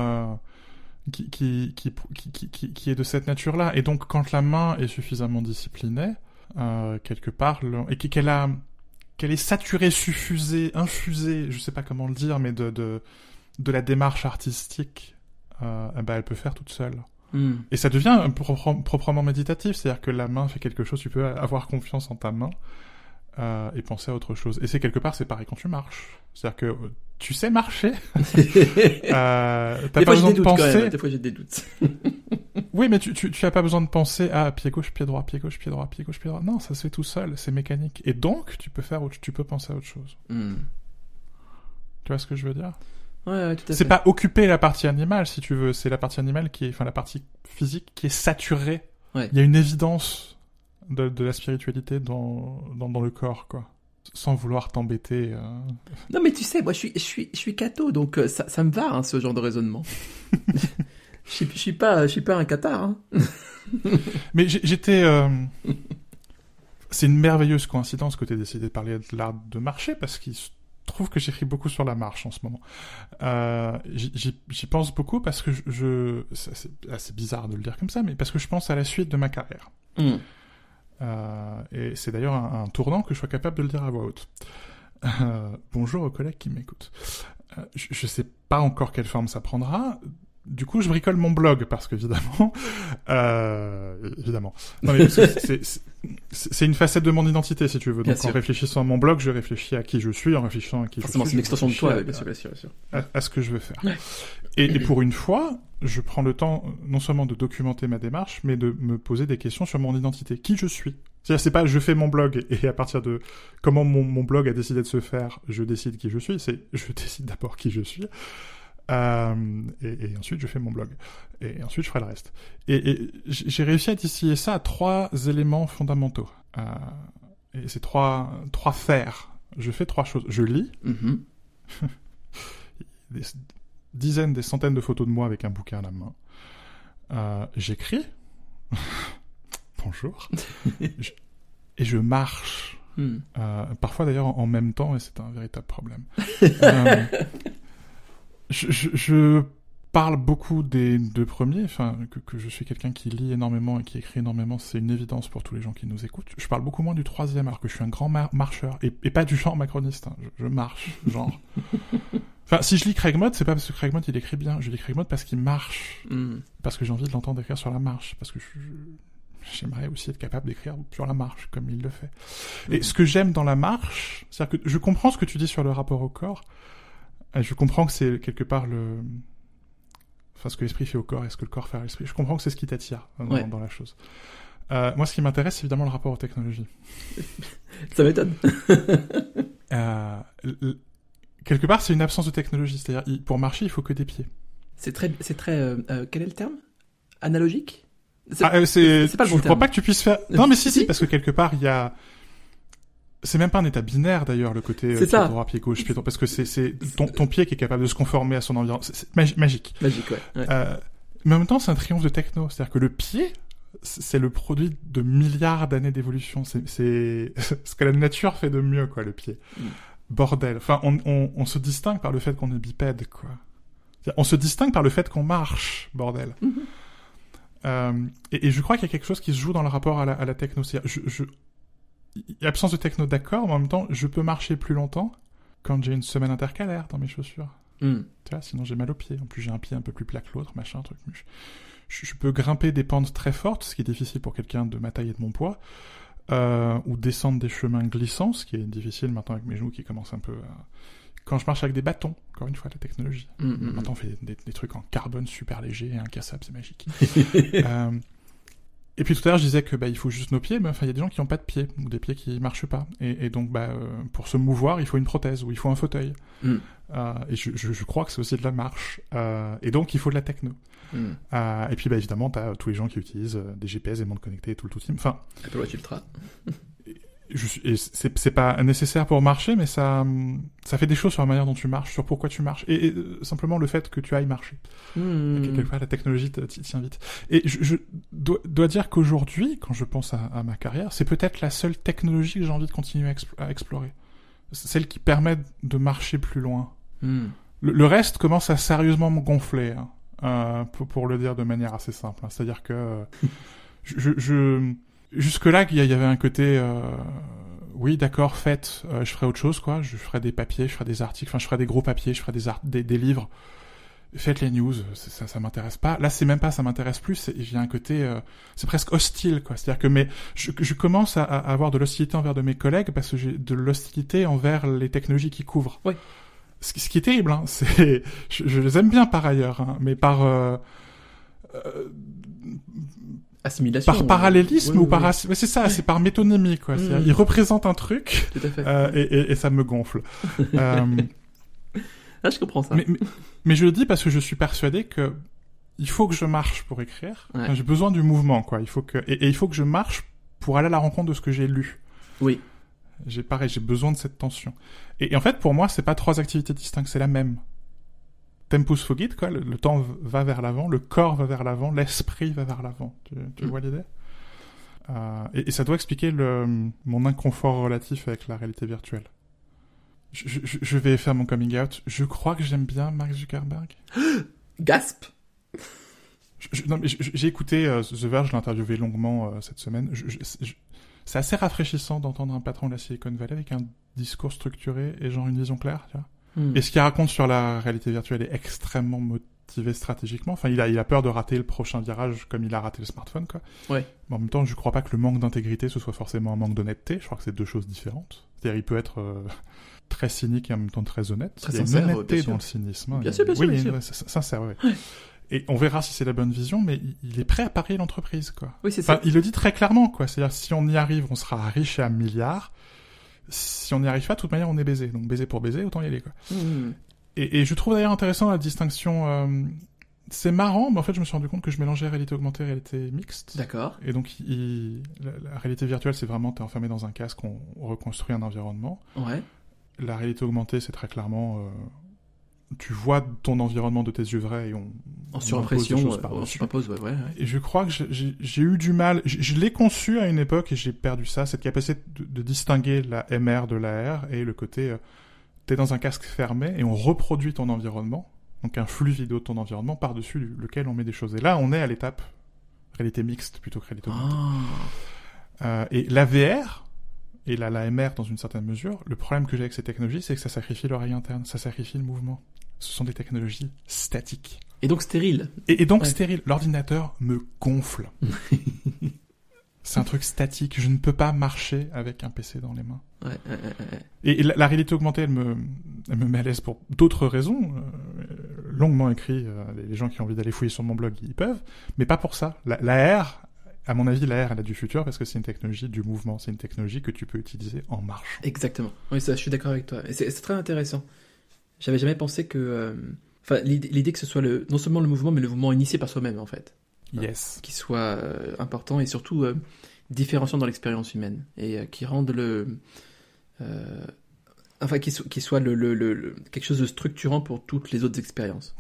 qui est de cette nature-là. Et donc, quand la main est suffisamment disciplinée, quelque part, et qu'elle est saturée, infusée, je sais pas comment le dire, mais de la démarche artistique, elle peut faire toute seule. Et ça devient proprement méditatif, c'est-à-dire que la main fait quelque chose, tu peux avoir confiance en ta main et penser à autre chose. Et c'est quelque part, c'est pareil quand tu marches. C'est-à-dire que tu sais marcher. T'as Des pas fois, besoin de penser. Des fois, j'ai des doutes. Oui, mais tu as pas besoin de penser à pied gauche, pied droit, pied gauche, pied droit, pied gauche, pied droit. Non, ça se fait tout seul, c'est mécanique. Et donc, tu peux penser à autre chose. Tu vois ce que je veux dire? Ouais, tout à fait. C'est pas occuper la partie animale, si tu veux. C'est la partie animale la partie physique qui est saturée. Ouais. Il y a une évidence de la spiritualité dans le corps, quoi. Sans vouloir t'embêter. Non, mais tu sais, moi, je suis catho, donc ça me va, hein, ce genre de raisonnement. Je suis pas un cathare, hein. Mais j'étais. C'est une merveilleuse coïncidence que tu aies décidé de parler de l'art de marcher, parce qu'il se trouve que j'écris beaucoup sur la marche en ce moment. J'y pense beaucoup parce que c'est assez bizarre de le dire comme ça, mais parce que je pense à la suite de ma carrière. Et c'est d'ailleurs un tournant que je sois capable de le dire à voix haute. Bonjour aux collègues qui m'écoutent. Je sais pas encore quelle forme ça prendra. Du coup, je bricole mon blog parce qu'évidemment, évidemment. Non, mais parce que c'est une facette de mon identité, si tu veux. Donc, en réfléchissant à mon blog, je réfléchis à qui je suis, en réfléchissant à qui forcément, je suis. C'est une extension de toi, bien sûr. À ce que je veux faire. Ouais. Et pour une fois, je prends le temps, non seulement de documenter ma démarche, mais de me poser des questions sur mon identité. Qui je suis? C'est-à-dire, c'est pas je fais mon blog et à partir de comment mon blog a décidé de se faire, je décide qui je suis. C'est je décide d'abord qui je suis. Et ensuite je fais mon blog et ensuite je ferai le reste et j'ai réussi à distiller ça à 3 éléments fondamentaux et c'est trois faire. Je fais 3 choses. Je lis des dizaines, des centaines de photos de moi avec un bouquin à la main. J'écris bonjour et je marche parfois d'ailleurs en même temps et c'est un véritable problème. Je parle beaucoup des 2 premiers, enfin que je suis quelqu'un qui lit énormément et qui écrit énormément, c'est une évidence pour tous les gens qui nous écoutent. Je parle beaucoup moins du 3e, alors que je suis un grand marcheur, et pas du genre macroniste, hein. Je marche, genre. Enfin, si je lis Craig Mott, c'est pas parce que Craig Mott il écrit bien, je lis Craig Mott parce qu'il marche, parce que j'ai envie de l'entendre écrire sur la marche, parce que j'aimerais aussi être capable d'écrire sur la marche, comme il le fait. Et ce que j'aime dans la marche, c'est-à-dire que je comprends ce que tu dis sur le rapport au corps. Je comprends que c'est quelque part ce que l'esprit fait au corps et ce que le corps fait à l'esprit. Je comprends que c'est ce qui t'attire dans la chose. Moi, ce qui m'intéresse, c'est évidemment le rapport aux technologies. Ça m'étonne. Quelque part, c'est une absence de technologie. C'est-à-dire, pour marcher, il faut que des pieds. C'est très quel est le terme? Analogique? C'est pas le bon terme. Je crois pas que tu puisses faire... Non, mais si, parce que quelque part, il y a... C'est même pas un état binaire d'ailleurs, le côté pied droit, pied gauche, pied droit, parce que c'est ton pied qui est capable de se conformer à son environnement. C'est magique. Magique, ouais. Mais en même temps, c'est un triomphe de techno. C'est-à-dire que le pied, c'est le produit de milliards d'années d'évolution. C'est ce que la nature fait de mieux, quoi, le pied. Bordel. Enfin, on se distingue par le fait qu'on est bipède, quoi. On se distingue par le fait qu'on marche, bordel. Et je crois qu'il y a quelque chose qui se joue dans le rapport à la techno. C'est-à-dire, il y a absence de techno, d'accord, mais en même temps, je peux marcher plus longtemps quand j'ai une semaine intercalaire dans mes chaussures. Tu vois, sinon j'ai mal aux pieds. En plus, j'ai un pied un peu plus plat que l'autre, machin, truc. Je peux grimper des pentes très fortes, ce qui est difficile pour quelqu'un de ma taille et de mon poids, ou descendre des chemins glissants, ce qui est difficile maintenant avec mes genoux qui commencent un peu quand je marche avec des bâtons, encore une fois, la technologie. Maintenant, on fait des trucs en carbone super légers et incassables, c'est magique. Et puis tout à l'heure, je disais que il faut juste nos pieds, mais enfin il y a des gens qui n'ont pas de pieds ou des pieds qui marchent pas. Et donc pour se mouvoir, il faut une prothèse ou il faut un fauteuil. Et je crois que c'est aussi de la marche. Et donc il faut de la techno. Et puis évidemment, t'as tous les gens qui utilisent des GPS, des montres connectées, tout le tout team. Enfin, Apple Watch Ultra. C'est pas nécessaire pour marcher, mais ça fait des choses sur la manière dont tu marches, sur pourquoi tu marches, et simplement le fait que tu ailles marcher. Quelque part, la technologie t'y invite. Et je dois dire qu'aujourd'hui, quand je pense à ma carrière, c'est peut-être la seule technologie que j'ai envie de continuer à explorer. Celle qui permet de marcher plus loin. Le reste commence à sérieusement me gonfler, hein, pour le dire de manière assez simple. Hein. C'est-à-dire que jusque-là, il y avait un côté... oui, d'accord, faites, je ferai autre chose, quoi. Je ferai des papiers, je ferai des articles, enfin, je ferai des gros papiers, je ferai des livres. Faites les news, ça m'intéresse pas. Là, c'est même pas, ça m'intéresse plus. Il y a un côté... c'est presque hostile, quoi. C'est-à-dire que je commence à avoir de l'hostilité envers de mes collègues parce que j'ai de l'hostilité envers les technologies qui couvrent. Oui. Ce qui est terrible, hein, c'est, je les aime bien par ailleurs, hein, mais par assimilation. Par parallélisme ou par... Ouais. Mais c'est ça, c'est par métonymie, quoi. Il représente un truc, tout à fait. Et ça me gonfle. Je comprends ça. Mais je le dis parce que je suis persuadé que il faut que je marche pour écrire. Ouais. Enfin, j'ai besoin du mouvement, quoi. Il faut que il faut que je marche pour aller à la rencontre de ce que j'ai lu. Oui. J'ai besoin de cette tension. Et en fait, pour moi, c'est pas trois activités distinctes, c'est la même. Tempus fugit, quoi. Le temps va vers l'avant, le corps va vers l'avant, l'esprit va vers l'avant. Tu vois l'idée? Et ça doit expliquer mon inconfort relatif avec la réalité virtuelle. Je vais faire mon coming out. Je crois que j'aime bien Mark Zuckerberg. Gasp! J'ai écouté The Verge, je l'ai interviewé longuement cette semaine. C'est assez rafraîchissant d'entendre un patron de la Silicon Valley avec un discours structuré et genre une vision claire, tu vois. Et ce qu'il raconte sur la réalité virtuelle est extrêmement motivé stratégiquement. Enfin, il a peur de rater le prochain virage comme il a raté le smartphone, quoi. Ouais. Mais en même temps, je crois pas que le manque d'intégrité ce soit forcément un manque d'honnêteté. Je crois que c'est deux choses différentes. C'est-à-dire, il peut être très cynique et en même temps très honnête. Très il y a sincère, une honnêteté bien sûr. dans le cynisme. Bien sûr, bien sûr. Oui, sincère, oui. Ouais. Et on verra si c'est la bonne vision, mais il est prêt à parier l'entreprise, quoi. Oui, c'est ça. Il le dit très clairement, quoi. C'est-à-dire, si on y arrive, on sera riche et à milliards. Si on n'y arrive pas, de toute manière, on est baisé. Donc, baiser pour baiser, autant y aller, quoi. Et je trouve d'ailleurs intéressant la distinction. C'est marrant, mais en fait, je me suis rendu compte que je mélangeais réalité augmentée et réalité mixte. D'accord. Et donc, la réalité virtuelle, c'est vraiment, t'es enfermé dans un casque, on reconstruit un environnement. Ouais. La réalité augmentée, c'est très clairement... tu vois ton environnement de tes yeux vrais et en surimpression, on superimpose, ouais. Et je crois que j'ai eu du mal, je l'ai conçu à une époque et j'ai perdu ça, cette capacité de distinguer la MR de l'AR et le côté, t'es dans un casque fermé et on reproduit ton environnement, donc un flux vidéo de ton environnement par-dessus lequel on met des choses. Et là, on est à l'étape réalité mixte plutôt que réalité augmentée. Et la VR... Et la MR, dans une certaine mesure, le problème que j'ai avec ces technologies, c'est que ça sacrifie l'oreille interne, ça sacrifie le mouvement. Ce sont des technologies statiques. Et donc stériles. Et donc stériles. L'ordinateur me gonfle. C'est un truc statique. Je ne peux pas marcher avec un PC dans les mains. Ouais. Et la réalité augmentée, elle me met à l'aise pour d'autres raisons. Longuement écrit, les gens qui ont envie d'aller fouiller sur mon blog, ils peuvent. Mais pas pour ça. La R... À mon avis, la R, elle a du futur parce que c'est une technologie du mouvement. C'est une technologie que tu peux utiliser en marche. Exactement. Oui, ça, je suis d'accord avec toi. Et c'est très intéressant. J'avais jamais pensé que... l'idée que ce soit non seulement le mouvement, mais le mouvement initié par soi-même, en fait. Yes. Qui soit important et surtout différenciant dans l'expérience humaine. Et qui rende qui soit quelque chose de structurant pour toutes les autres expériences.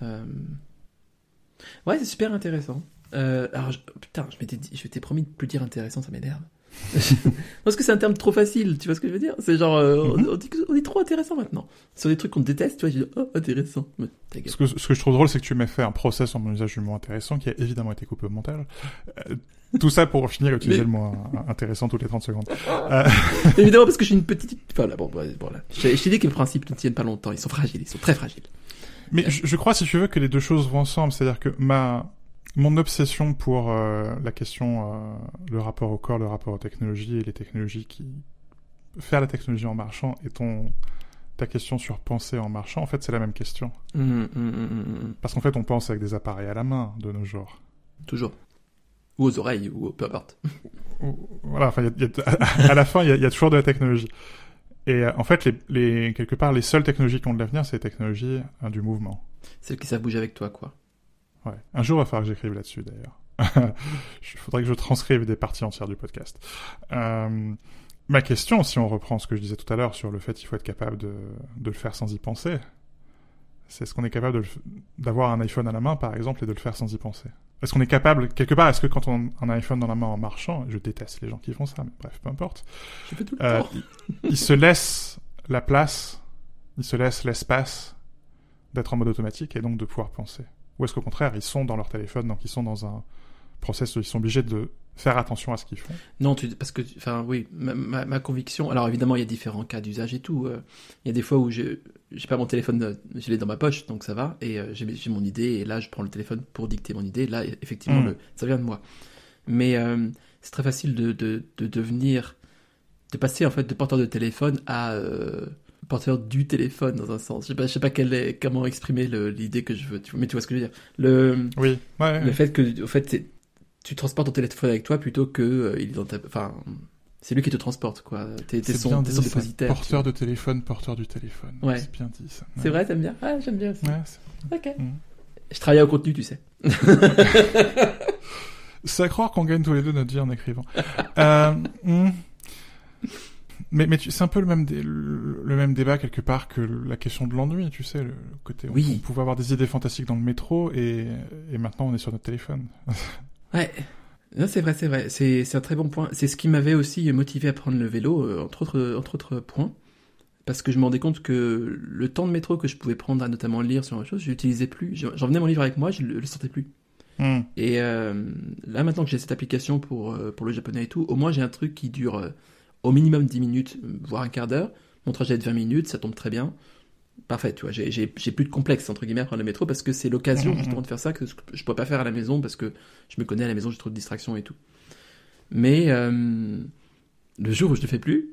Ouais, c'est super intéressant. Alors, je m'étais promis de plus dire intéressant, ça m'énerve. Parce que c'est un terme trop facile, tu vois ce que je veux dire? C'est genre, on dit trop intéressant maintenant. Sur des trucs qu'on déteste, tu vois, je dis, oh, intéressant. Mais, ce que je trouve drôle, c'est que tu m'as fait un procès sur mon usage du mot intéressant, qui a évidemment été coupé au montage. Tout ça pour finir utiliser le mot intéressant toutes les 30 secondes. Évidemment, parce que je suis une petite... Enfin, là, bon, là. Je t'ai dit que les principes ne tiennent pas longtemps, ils sont fragiles, ils sont très fragiles. Mais je crois, si tu veux, que les deux choses vont ensemble, c'est-à-dire que mon obsession pour la question, le rapport au corps, le rapport aux technologies et les technologies faire la technologie en marchant et ta question sur penser en marchant, en fait, c'est la même question. Parce qu'en fait, on pense avec des appareils à la main de nos jours. Toujours. Ou aux oreilles, ou peu importe. Voilà, enfin, à la fin, il y a toujours de la technologie. Et en fait, quelque part, les seules technologies qui ont de l'avenir, c'est les technologies du mouvement. Celles qui savent bouger avec toi, quoi. Ouais. Un jour, il va falloir que j'écrive là-dessus, d'ailleurs. Il faudrait que je transcrive des parties entières du podcast. Ma question, si on reprend ce que je disais tout à l'heure sur le fait qu'il faut être capable de le faire sans y penser, c'est est-ce qu'on est capable d'avoir un iPhone à la main, par exemple, et de le faire sans y penser? Est-ce qu'on est capable, quelque part, est-ce que quand on a un iPhone dans la main en marchant, je déteste les gens qui font ça, mais bref, peu importe. Je fais tout le temps. Ils se laissent la place, ils se laissent l'espace d'être en mode automatique et donc de pouvoir penser. Ou est-ce qu'au contraire, ils sont dans leur téléphone, donc ils sont dans un process où ils sont obligés de faire attention à ce qu'ils font? Non, parce que, enfin, oui, ma conviction... Alors, évidemment, il y a différents cas d'usage et tout. Il y a des fois où j'ai pas mon téléphone, je l'ai dans ma poche, donc ça va, et j'ai mon idée, et là, je prends le téléphone pour dicter mon idée. Là, effectivement, ça vient de moi. Mais c'est très facile de passer, en fait, de porteur de téléphone à porteur du téléphone dans un sens. Je sais pas comment exprimer l'idée que je veux. Mais tu vois ce que je veux dire. Oui. Ouais. Le fait que, au fait, tu transportes ton téléphone avec toi plutôt que il est dans ta. Enfin, c'est lui qui te transporte, quoi. T'es son dépositaire. Porteur de téléphone, porteur du téléphone. Ouais. C'est bien dit, ça. Ouais. C'est vrai, t'aimes bien? Ah, j'aime bien aussi. Ouais, ok. Je travaillais au contenu, tu sais. C'est à croire qu'on gagne tous les deux notre vie en écrivant. Mais c'est un peu le même débat quelque part que la question de l'ennui, tu sais, le côté où on pouvait avoir des idées fantastiques dans le métro et maintenant on est sur notre téléphone. Ouais. Non, c'est vrai. C'est un très bon point. C'est ce qui m'avait aussi motivé à prendre le vélo, entre autres points. Parce que je me rendais compte que le temps de métro que je pouvais prendre à notamment lire sur une chose, je l'utilisais plus. J'emmenais mon livre avec moi, je le sortais plus. Et là, maintenant que j'ai cette application pour le japonais et tout, au moins j'ai un truc qui dure au minimum 10 minutes, voire un quart d'heure. Mon trajet est de 20 minutes, ça tombe très bien. Parfait, tu vois, j'ai plus de complexe, entre guillemets, à prendre le métro, parce que c'est l'occasion, justement, de faire ça, que je pourrais pas faire à la maison, parce que je me connais à la maison, j'ai trop de distractions et tout. Mais le jour où je le fais plus...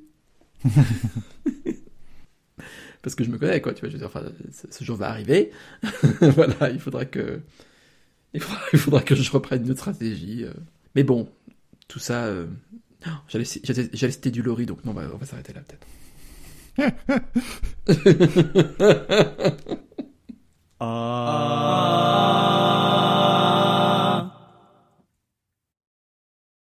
parce que je me connais, quoi, tu vois, je veux dire, enfin, ce jour va arriver. Voilà, il faudra que je reprenne une autre stratégie. Mais bon, tout ça, j'allais citer du Lori, donc non, on va s'arrêter là, peut-être. Ah.